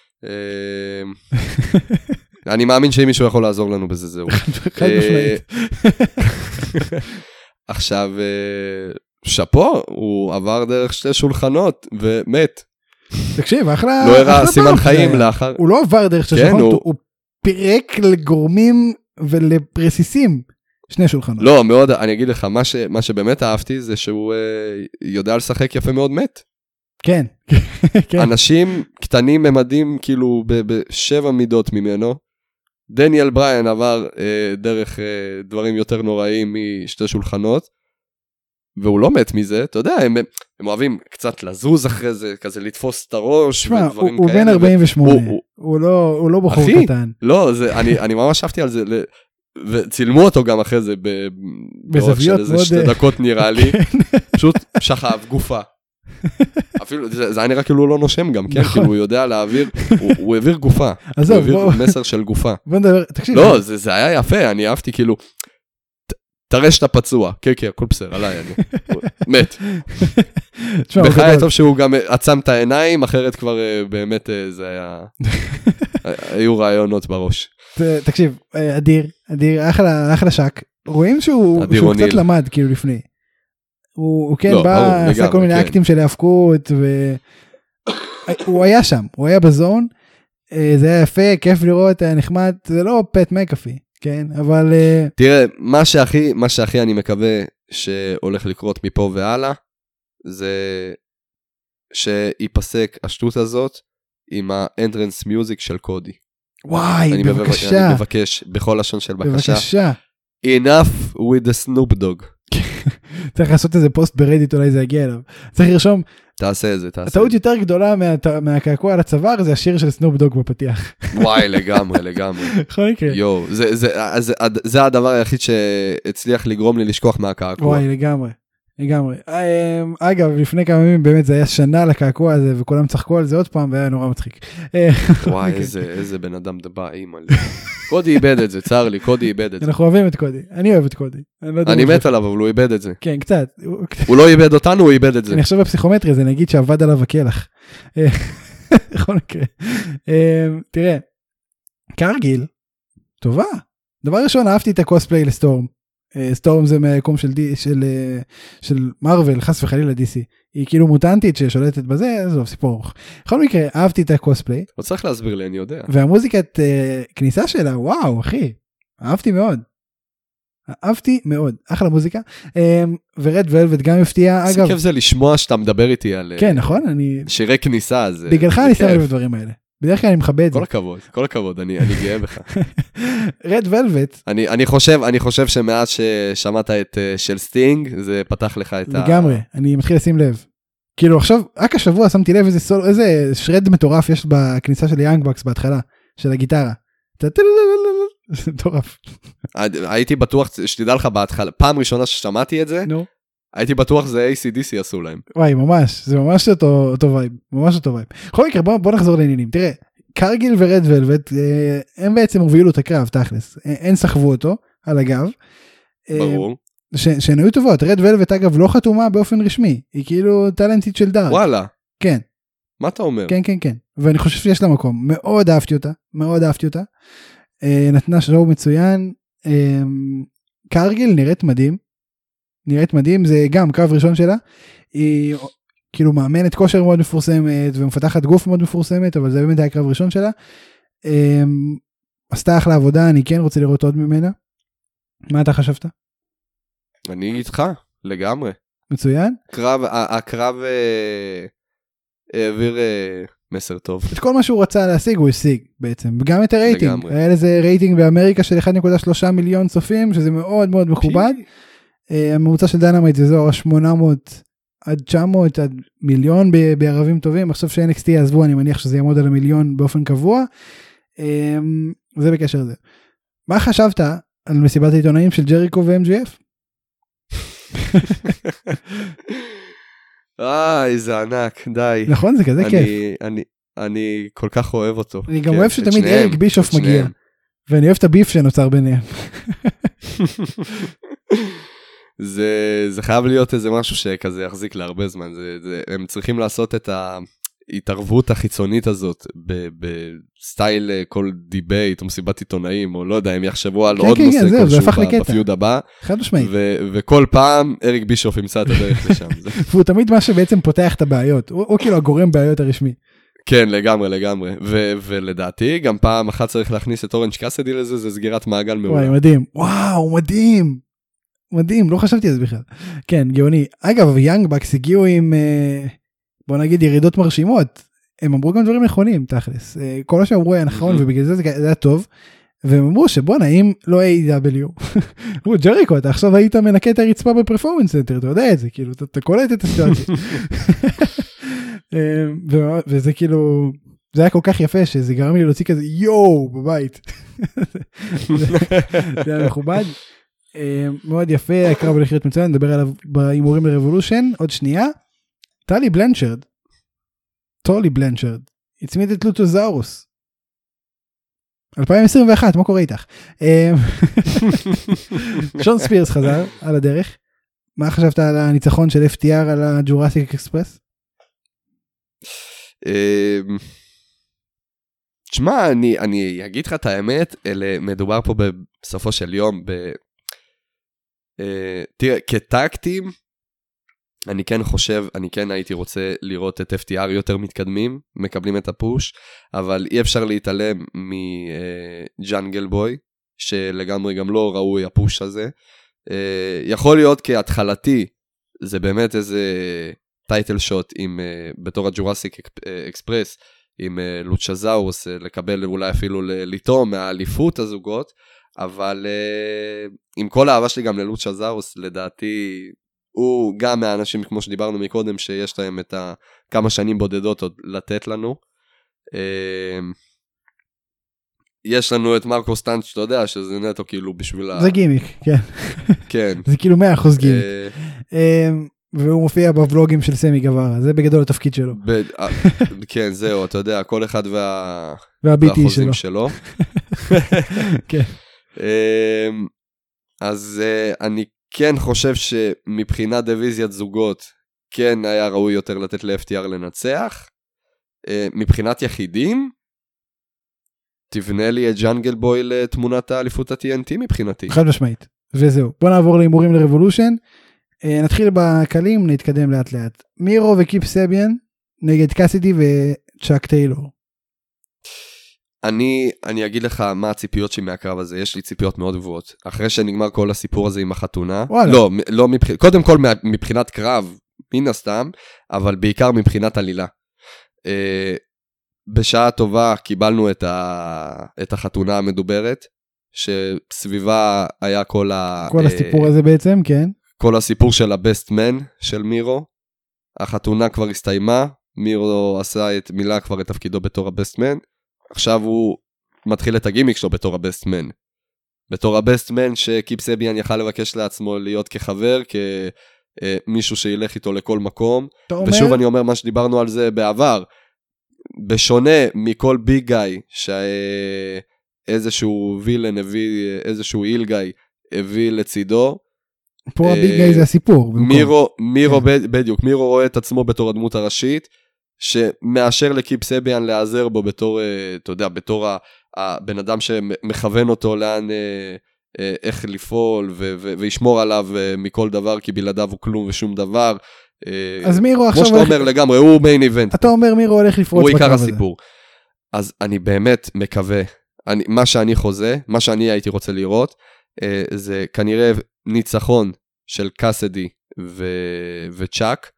אני מאמין שאם מישהו יכול לעזור לנו בזה, זהו. חד משמעית. עכשיו... שפו, הוא עבר דרך 2 שולחנות ומת. תקשיב, אחלה... לא הראה סימן חיים לאחר... הוא לא עבר דרך 2 שולחנות, הוא פירק לגורמים ולפרסיסים 2 שולחנות. לא, מאוד, אני אגיד לך, מה שבאמת אהבתי זה שהוא יודע לשחק יפה מאוד מת. כן. אנשים קטנים ממדים כאילו ב7 מידות ממנו. דניאל בריין עבר דרך דברים יותר נוראים מ2 שולחנות. והוא לא מת מזה, אתה יודע, הם אוהבים קצת לזוז אחרי זה, כזה לתפוס את הראש, שמה, הוא בן 48, הוא לא בחור קטן. לא, אני ממש אהבתי על זה, וצילמו אותו גם אחרי זה, באורך של איזה 2 דקות נראה לי, פשוט שכב, גופה. אפילו, זה היה נראה כאילו הוא לא נושם גם, כן? כאילו הוא יודע להעביר, הוא העביר גופה, הוא העביר מסר של גופה. בוא נדבר, תקשיב. לא, זה היה יפה, אני אהבתי כאילו, תראה שאתה פצוע, כן, הכל בסדר, עליי, אני מת. בחיי טוב שהוא גם עצם את העיניים, אחרת כבר באמת זה היה, היו רעיונות בראש. תקשיב, אדיר, אחלה שק, רואים שהוא קצת למד כאילו לפני. הוא כן בא, עשה כל מיני אקטים של להפקות, והוא היה שם, הוא היה בזון, זה היה יפה, כיף לראות, היה נחמד, זה לא פט מקאפי. כן, אבל... תראה, מה שהכי אני מקווה שהולך לקרות מפה והלאה, זה שיפסק השטות הזאת עם האנטרנס מיוזיק של קודי. וואי, בבקשה. אני מבקש, בכל לשון של בקשה. בבקשה. Enough with the Snoop Dogg. צריך לעשות איזה פוסט ברדיט, אולי זה יגיע אליו. צריך לרשום... תעשה את זה. הטעות יותר גדולה מהקעקוע על הצוואר, זה השיר של סנופ דוג בפתיח. וואי, לגמרי. בכל מקרה. יואו, זה הדבר היחיד שהצליח לגרום לי לשכוח מהקעקוע. וואי, לגמרי. אגב, לפני כמה ימים באמת זה היה שנה לקעקוע הזה, וכולם צחקו על זה עוד פעם, והיה נורא מצחיק. וואי, איזה בן אדם דבא, אימא לי. קודי איבד את זה, צר לי, קודי איבד את זה. אנחנו אוהבים את קודי, אני אוהב את קודי. אני מת עליו, אבל הוא איבד את זה. כן, קצת. הוא לא איבד אותנו, הוא איבד את זה. אני חושב בפסיכומטרי, זה נגיד שעבד עליו הכלח. בכל מקרה. תראה, קרגיל, טובה. דבר ראשון, אהבתי את הקוספליי לסטורם. סטורם זה מהיקום של מרוול, חס וחלילה DC. היא כאילו מוטנטית ששולטת בזה, זו סיפור ארוך. בכל מקרה, אהבתי את הקוספליי. לא צריך להסביר לי, אני יודע. והמוזיקת כניסה שלה, וואו, אחי, אהבתי מאוד. אהבתי מאוד, אחלה מוזיקה. ורד ולווט גם הפתיע, אגב. כיף זה לשמוע שאתה מדבר איתי על כן, נכון? שירי כניסה, אז בגללך אני שם לב הדברים האלה. בדרך כלל אני מכבד את זה. כל הכבוד, אני גאה בך. רד ולווט. אני חושב שמאז ששמעת את של סטינג, זה פתח לך את לגמרי, אני מתחיל לשים לב. כאילו עכשיו, רק השבוע שמתי לב איזה שרד מטורף יש בכניסה של יאנג בקס בהתחלה, של הגיטרה. מטורף. הייתי בטוח, שתדע לך בהתחלה, פעם ראשונה ששמעתי את זה, הייתי בטוח זה ACDC עשו להם. וואי, ממש, זה ממש אותו וייב, ממש אותו וייב. בכל מקרה, בוא נחזור לעניינים. תראה, קרגיל ורד ולווט, הם בעצם הובילו את הקרב, תכלס. הם סחבו אותו על הגב. ברור. שהן היו טובות. רד ולווט, אגב, לא חתומה באופן רשמי. היא כאילו טלנטית של דארק. וואלה. כן. מה אתה אומר? כן, כן, כן. ואני חושב שיש לה מקום. מאוד אהבתי אותה. מאוד אהבתי אותה. נתנה שואו מצוין. קרגיל נראית מדהים. נראית מדהים, זה גם קרב ראשון שלה. היא כאילו מאמנת כושר מאוד מפורסמת, ומפתחת גוף מאוד מפורסמת, אבל זה באמת היה קרב ראשון שלה. עשתה אחלה עבודה, אני כן רוצה לראות עוד ממנה. מה אתה חשבת? אני איתך, לגמרי. מצוין. הקרב העביר מסר טוב. את כל מה שהוא רצה להשיג, הוא השיג בעצם. וגם את הרייטינג. היה לזה רייטינג באמריקה של 1.3 מיליון צופים, שזה מאוד מאוד מכובד. הממוצע של דיינמייט זה זו 800 עד 900 עד מיליון בערבים טובים. עכשיו ש-NXT יעזבו, אני מניח שזה יעמוד על המיליון באופן קבוע. זה בקשר לזה. מה חשבת על מסיבת העיתונאים של ג'ריקו ו-MJF? איזה ענק, די. נכון, זה כזה כיף. אני כל כך אוהב אותו. אני גם אוהב שתמיד אריק בישוף מגיע. ואני אוהב את הביף שנוצר ביניהם. זה חייב להיות איזה משהו שכזה יחזיק להרבה זמן. הם צריכים לעשות את ההתערבות החיצונית הזאת בסטייל כל דיבייט או מסיבת עיתונאים, או לא יודע, הם יחשבו על עוד נושא כלשהו בפיוד הבא. חד משמעית. וכל פעם אריק בישוף ימצא את הדרך לשם. והוא תמיד מה שבעצם פותח את הבעיות. הוא כאילו הגורם בעיות הרשמי. כן, לגמרי. ולדעתי, גם פעם אחת צריך להכניס את אורנג' קאסדי לזה, זה סגירת מעגל מעולה. וואי, מדהים. וואו, מדהים, לא חשבתי על זה בכלל. כן, גאוני. אגב, יאנג בקס הגיעו עם, בוא נגיד, ירידות מרשימות. הם אמרו גם דברים נכונים, תכלס. כל מה שאמרו היה נכון, ובגלל זה זה היה טוב. והם אמרו שבוא נעים לא A.W. אמרו, ג'ריקו, אתה עכשיו היית מנקה את הרצפה בפרפורמנס סנטר, אתה יודע את זה, כאילו, אתה קולט את הסיטואציה. וזה כאילו, זה היה כל כך יפה, שזה גרם לי להוציא כזה, יואו, בבית. זה היה מכובד. מאוד יפה, הקרב הולך להיות מצוין, נדבר עליו באימורים לרבולושן. עוד שנייה, טולי בלנצ'רד, הצמיד את לוטוזאורוס. 2021, מה קורה איתך? שון ספירס חזר על הדרך. מה חשבת על הניצחון של FTR על הג'ורסיק אקספרס? תשמע, אני אגיד לך את האמת, מדובר פה בסופו של יום, תראה, כטקטים, אני כן הייתי רוצה לראות את FTR יותר מתקדמים, מקבלים את הפוש, אבל אי אפשר להתעלם מג'אנגל בוי, שלגמרי גם לא ראוי הפוש הזה. יכול להיות כהתחלתי, זה באמת איזה טייטל שוט בתור הג'ורסיק אקספרס, עם לוצ'זאורוס, לקבל אולי אפילו לטום מהאליפות הזוגות, אבל עם כל האהבה שלי גם ללוצ'זאורוס, לדעתי הוא גם מהאנשים, כמו שדיברנו מקודם, שיש להם את כמה שנים בודדות עוד לתת לנו. יש לנו את מרקו סטנץ', שאתה יודע, שזה נטו כאילו בשביל זה גימיק, כן. כן. זה כאילו 100% גימיק. והוא מופיע בוולוגים של סמי גווארה, זה בגדול התפקיד שלו. כן, זהו, אתה יודע, כל אחד והחוזים שלו. כן. אז אני כן חושב שמבחינת דיוויזיית זוגות, כן היה ראוי יותר לתת ל-FTR לנצח. מבחינת יחידים, תבנה לי את ג'אנגל בוי לתמונת האליפות ה-TNT מבחינתי. חד משמעית. וזהו, בוא נעבור להימורים לרבולושן, נתחיל בקלים, נתקדם לאט לאט. מירו וקיפ סביאן, נגד קאסידי וצ'אק טיילור. אני אגיד לך מה הציפיות שלי מהקרב הזה, יש לי ציפיות מאוד גבוהות. אחרי שנגמר כל הסיפור הזה עם החתונה, לא קודם כל מבחינת קרב, מן הסתם, אבל בעיקר מבחינת עלילה. בשעה טובה קיבלנו את החתונה המדוברת, שסביבה היה כל הסיפור הזה בעצם, כן. כל הסיפור של הבסט מן של מירו, החתונה כבר הסתיימה, מירו מילא כבר את תפקידו בתור הבסט מן, עכשיו הוא מתחיל את הגימיק שלו בתור הבסט מן. בתור הבסט מן שקיפ סביאן יכל לבקש לעצמו להיות כחבר, כמישהו שילך איתו לכל מקום. ושוב אני אומר מה שדיברנו על זה בעבר, בשונה מכל ביג גאי, שאיזשהו וילן הביא, איזשהו איל גאי הביא לצידו. פה הביג גאי זה הסיפור. מירו בדיוק, מירו רואה את עצמו בתור הדמות הראשית, שמאשר לקיפ סביאן להיעזר בו בתור, אתה יודע, בתור הבן אדם שמכוון אותו לאן, איך לפעול, וישמור עליו מכל דבר, כי בלעדיו הוא כלום ושום דבר. אז מירו עכשיו... כמו שאתה אומר לגמרי, הוא מיין איבנט. אתה אומר מירו הולך לפרוץ בקרב הזה. הוא עיקר הסיפור. אז אני באמת מקווה, מה שאני חוזה, מה שאני הייתי רוצה לראות, זה כנראה ניצחון של קאסדי וצ'אק,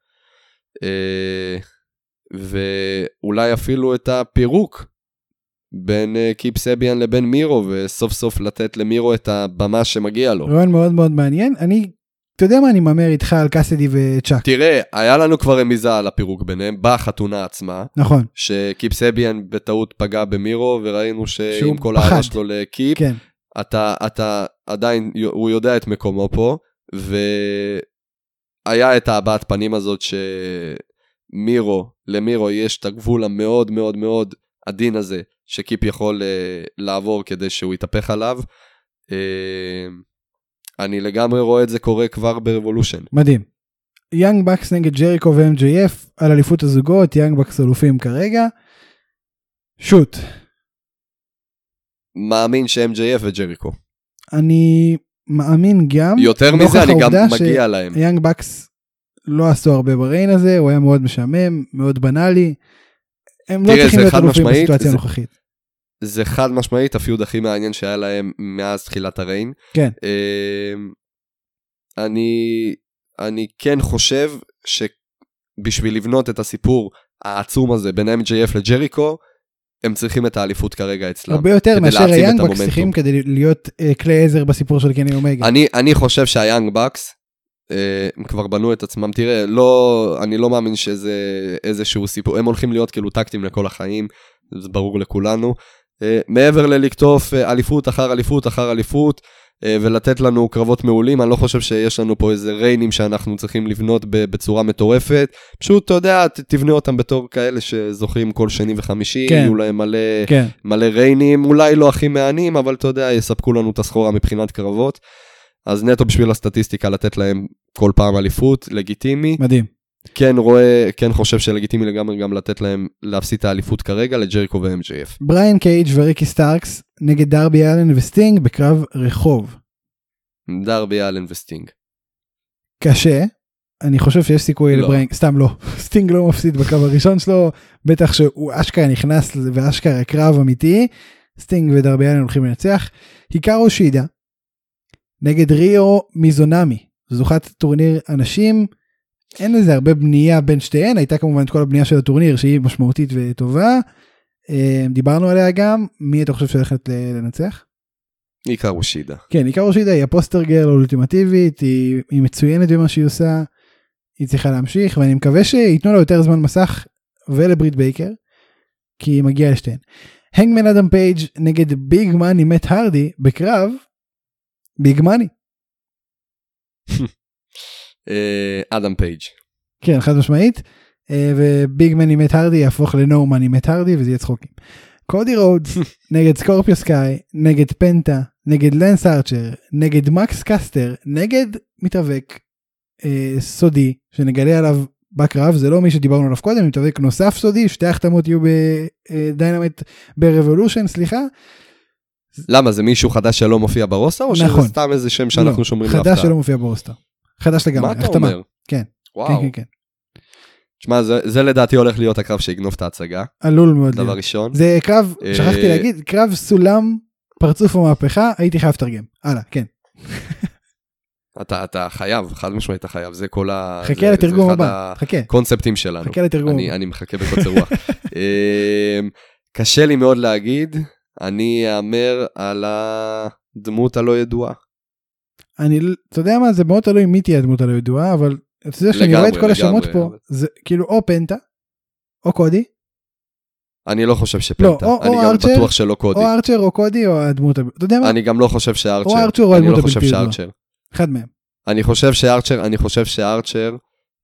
ואולי אפילו את הפירוק בין קיפ סביאן לבין מירו, וסוף סוף לתת למירו את הבמה שמגיע לו. רעיון מאוד מאוד מעניין. אתה יודע מה אני מאמר איתך על קאסדי וצ'אק? תראה, היה לנו כבר רמיזה על הפירוק ביניהם, בחתונה עצמה. נכון. שקיפ סביאן בטעות פגע במירו, וראינו שעם כל הערה שלו לקיפ, כן. אתה עדיין, הוא יודע את מקומו פה, והיה את הבעת פנים הזאת למירו יש את הגבול המאוד מאוד מאוד עדין הזה, שקיפ יכול לעבור כדי שהוא יתהפך עליו. אני לגמרי רואה את זה קורה כבר ברבולושן. מדהים. יאנג בקס נגד ג'ריקו ו-MJF על אליפות הזוגות, יאנג בקס אלופים כרגע. שוט. מאמין ש-MJF וג'ריקו. אני מאמין גם. יותר מזה אני גם מגיע להם. יאנג בקס לא עשו הרבה בריין הזה, הוא היה מאוד משעמם, מאוד בנאלי. הם לא צריכים להיות אלופים בסיטואציה הנוכחית. זה חד משמעית, הפיוד הכי מעניין שהיה להם מאז תחילת הריין. כן. אני כן חושב שבשביל לבנות את הסיפור העצום הזה בין MJF לג'ריקו, הם צריכים את האליפות כרגע אצלם. הרבה יותר מאשר היאנג בקס צריכים כדי להיות כלי עזר בסיפור של קני אומגה. אני חושב שהיאנג בקס, הם כבר בנו את עצמם, תראה, אני לא מאמין שזה איזשהו סיפור, הם הולכים להיות כאילו טקטים לכל החיים, זה ברור לכולנו, מעבר ללקטוף אליפות אחר אליפות אחר אליפות, ולתת לנו קרבות מעולים, אני לא חושב שיש לנו פה איזה ריינים שאנחנו צריכים לבנות בצורה מטורפת, פשוט אתה יודע, תבנה אותם בתור כאלה שזוכים כל שני וחמישי, יהיו להם מלא ריינים, אולי לא הכי מעניינים, אבל אתה יודע, יספקו לנו את הסחורה מבחינת קרבות, אז נטו בשביל הסטטיסטיקה לתת להם כל פעם אליפות, לגיטימי. מדהים. כן חושב שלגיטימי לגמרי גם לתת להם להפסיד את האליפות כרגע לג'ריקו ו-MJF. בריין קייג' וריקי סטארקס נגד דרבי אלן וסטינג בקרב רחוב. דרבי אלן וסטינג. קשה. אני חושב שיש סיכוי לבריין, סתם לא. סטינג לא מפסיד בקרב הראשון שלו, בטח שהוא אשכרה נכנס ואשכרה קרב אמיתי. סטינג ודרבי אלן הולכים לנצח. היקרו שידה נגד ריו מיזונמי. זוכת טורניר אנשים. אין לזה הרבה בנייה בין שתיהן, הייתה כמובן את כל הבנייה של הטורניר שהיא משמעותית וטובה, דיברנו עליה גם, מי אתה חושב שהולכת לנצח? היקרו שידה. כן, היקרו שידה היא הפוסטר גרל האולטימטיבית, היא מצוינת במה שהיא עושה, היא צריכה להמשיך, ואני מקווה שיתנו לה יותר זמן מסך, ולברית בייקר, כי היא מגיעה לשתיהן. הנגמן אדם פייג' נגד ביג מאני מאט הרדי, בקרב, ביג מאני. אדם פייג'. כן, חד משמעית, וביג מני מאט הרדי יהפוך לנו מני מאט הרדי, וזה יהיה צחוקים. קודי רודס נגד סקורפיו סקאי, נגד פנטה, נגד לנס ארצ'ר, נגד מקס קסטר, נגד מתאבק סודי, שנגלה עליו בקרב, זה לא מי שדיברנו עליו קודם, מתאבק נוסף סודי, שתי החתמות יהיו בדיינמט ברבולושן, סליחה, למה, זה מישהו חדש שלא מופיע ברוסטר, או שזה סתם איזה שם שאנחנו שומרים להפתעה? חדש שלא מופיע ברוסטר. חדש לגמרי, מה אתה אומר? כן. וואו. תשמע, זה לדעתי הולך להיות הקרב שיגנוב את ההצגה. עלול מאוד. דבר ראשון. זה קרב, שכחתי להגיד, קרב סולם, פרצוף ומהפכה, הייתי חייב לתרגם. הלאה, כן. אתה חייב, חד משמעית אתה חייב, זה כל ה... חכה לתרגום הבא, חכה. קונספטים שלנו. חכה לתרגום. אני מחכה בקוצר רוח. קשה לי מאוד להגיד, אני אאמר על הדמות הלא ידועה. אתה יודע מה, זה מאוד תלוי מי תהיה הדמות הלא ידועה, אבל אתה יודע שאני רואה את כל השמות פה, זה כאילו או פנטה, או קודי. אני לא חושב שפנטה, אני גם בטוח שלא קודי. או ארצ'ר או קודי או הדמות, אתה יודע מה? אני גם לא חושב שארצ'ר. או ארצ'ר או הדמות הבלתי ידועה. אחד מהם. אני חושב שארצ'ר,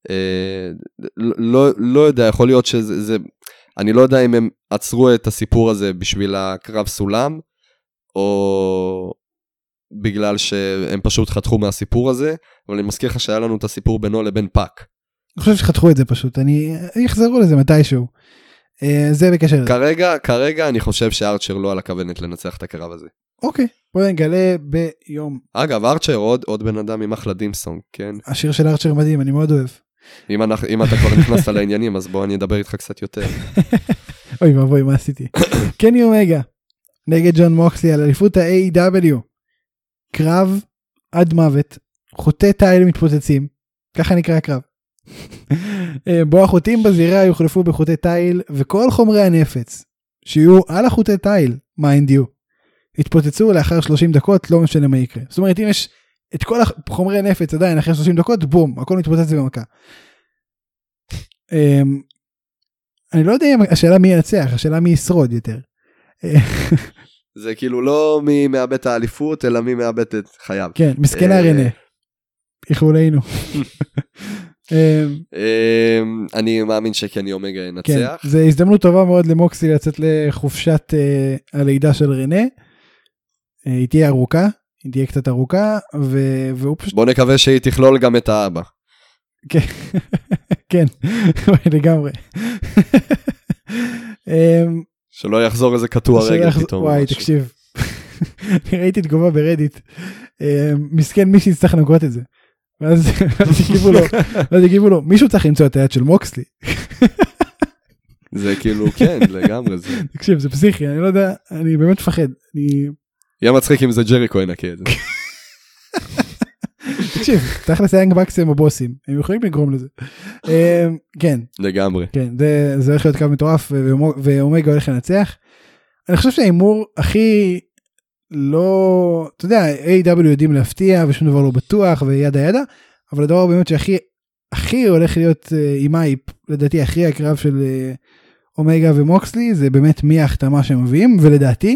לא יודע, יכול להיות שזה, אני לא יודע אם הם עצרו את הסיפור הזה בשביל הקרב סולם, או בגלל שהם פשוט חתכו מהסיפור הזה, אבל אני מזכיר לך שהיה לנו את הסיפור בינו לבין פאק. אני חושב שחתכו את זה פשוט, אני אחזרו לזה מתישהו. זה בקשר. כרגע אני חושב שארצ'ר לא על הכוונת לנצח את הקרב הזה. אוקיי, בואו נגלה ביום. אגב, ארצ'ר עוד בן אדם עם אחלה דימסונג, כן? השיר של ארצ'ר מדהים, אני מאוד אוהב. אם אתה כבר נכנסת לעניינים, אז בוא אני אדבר איתך קצת יותר. אוי ואבוי, מה עשיתי? קני אומגה, נגד ג'ון מוקסלי על אליפות ה-AEW. קרב עד מוות, חוטי תיל מתפוצצים, ככה נקרא הקרב. בו החוטים בזירה יוחלפו בחוטי תיל, וכל חומרי הנפץ, שיהיו על החוטי תיל, mind you, התפוצצו לאחר 30 דקות, לא משנה מה יקרה. זאת אומרת, אם יש את כל החומרי הנפץ עדיין אחרי 30 דקות, בום, הכל מתפוצץ במכה. אני לא יודע אם השאלה מי ינצח, השאלה מי ישרוד יותר. זה כאילו לא מי מאבד את האליפות, אלא מי מאבד את חייו. כן, מסכנה רנה. איחולנו. אני מאמין שקני אומגה ינצח. כן, זו הזדמנות טובה מאוד למוקסלי לצאת לחופשת הלידה של רנה. היא תהיה ארוכה, היא תהיה קצת ארוכה, והוא פשוט... בוא נקווה שהיא תכלול גם את האבא. כן, כן, לגמרי. שלא יחזור איזה קטוע רגע פתאום. וואי, תקשיב. ראיתי תגובה ברדיט. מסכן מי שיצטרך לנקוט את זה. ואז הגיבו לו, מישהו צריך למצוא את היד של מוקסלי. זה כאילו, כן, לגמרי. תקשיב, זה פסיכי, אני לא יודע, אני באמת מפחד. יהיה מצחיק אם זה ג'ריקו ינקה את זה. תקשיב, תכלס היאנג בקס הם הבוסים, הם יכולים לגרום לזה. כן. לגמרי. כן, זה הולך להיות קו מטורף, ואומגה הולך לנצח. אני חושב שהאימור הכי לא, אתה יודע, A.W. יודעים להפתיע, ושום דבר לא בטוח, וידה ידה, אבל הדבר באמת שהכי הולך להיות עם אייפ, לדעתי הכי הקרב של אומגה ומוקסלי, זה באמת מי ההחתמה שהם מביאים, ולדעתי,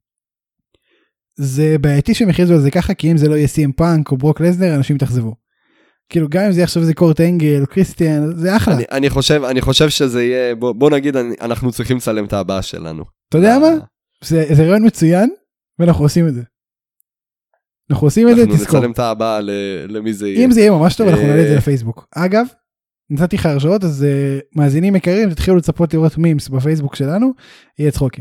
זה בעייתי שהם הכריזו על זה ככה, כי אם זה לא יהיה CM פאנק או ברוק לזנר, אנשים יתאכזבו. כאילו גם אם זה יחשוב זה קורט אנגל, קריסטיאן, זה אחלה. אני חושב שזה יהיה, בוא נגיד, אנחנו צריכים לצלם את הבאה שלנו. אתה יודע מה? זה רעיון מצוין, ואנחנו עושים את זה. אנחנו עושים את זה, תזכור. אנחנו נצלם את הבאה למי זה יהיה. אם זה יהיה ממש טוב, אנחנו נעלה את זה לפייסבוק. אגב, נתתי לך הרשאות, אז מאזינים יקרים, תתחילו לצפות לראות מימס בפייסבוק שלנו, יהיה צחוקים.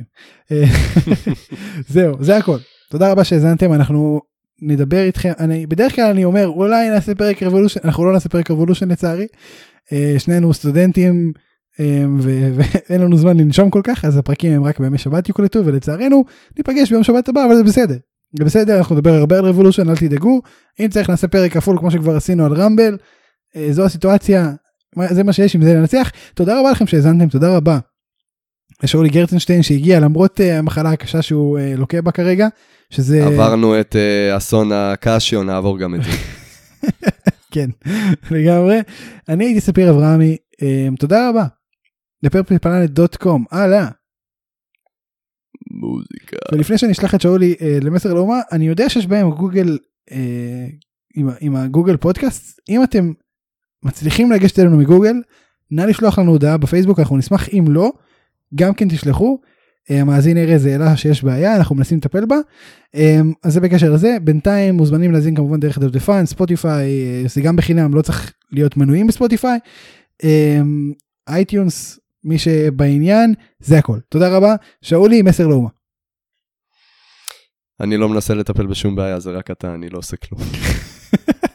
זהו, זה הכל. תודה רבה שהזנתם, אנחנו נדבר איתכם, בדרך כלל אני אומר, אולי נעשה פרק רבולושן, אנחנו לא נעשה פרק רבולושן לצערי, שנינו סטודנטים, ואין לנו זמן לנשום כל כך, אז הפרקים הם רק בימי שבת יוקלטו, ולצערנו ניפגש ביום שבת הבא, אבל זה בסדר. זה בסדר, אנחנו נדבר הרבה על רבולושן, אל תדאגו, אם צריך נעשה פרק כפול כמו שכבר עשינו על רמבל, זו הסיטואציה, זה מה שיש עם זה לנצח. תודה רבה לכם שהזנתם, תודה רבה. לשאולי גרצנשטיין שהגיע למרות המחלה הקשה שהוא לוקה בה כרגע, שזה... עברנו את אסון הקשיו, נעבור גם את זה. כן, לגמרי. אני הייתי ספיר אברהמי, תודה רבה. לפרפלפלנט.com, הלאה. מוזיקה. ולפני שאני אשלח את שאולי למסר לאומה, אני יודע שיש בהם גוגל, עם הגוגל פודקאסט, אם אתם מצליחים לגשת אלינו מגוגל, נא לשלוח לנו הודעה בפייסבוק, אנחנו נשמח, אם לא, גם כן תשלחו, המאזין יראה זה אלא שיש בעיה, אנחנו מנסים לטפל בה, אז זה בקשר לזה, בינתיים מוזמנים להזין כמובן דרך דפדפן, ספוטיפיי, זה גם בחינם, לא צריך להיות מנויים בספוטיפיי, אייטיונס, מי שבעניין, זה הכל. תודה רבה, שאולי, מסר לאומה. אני לא מנסה לטפל בשום בעיה, זה רק אתה, אני לא עושה כלום.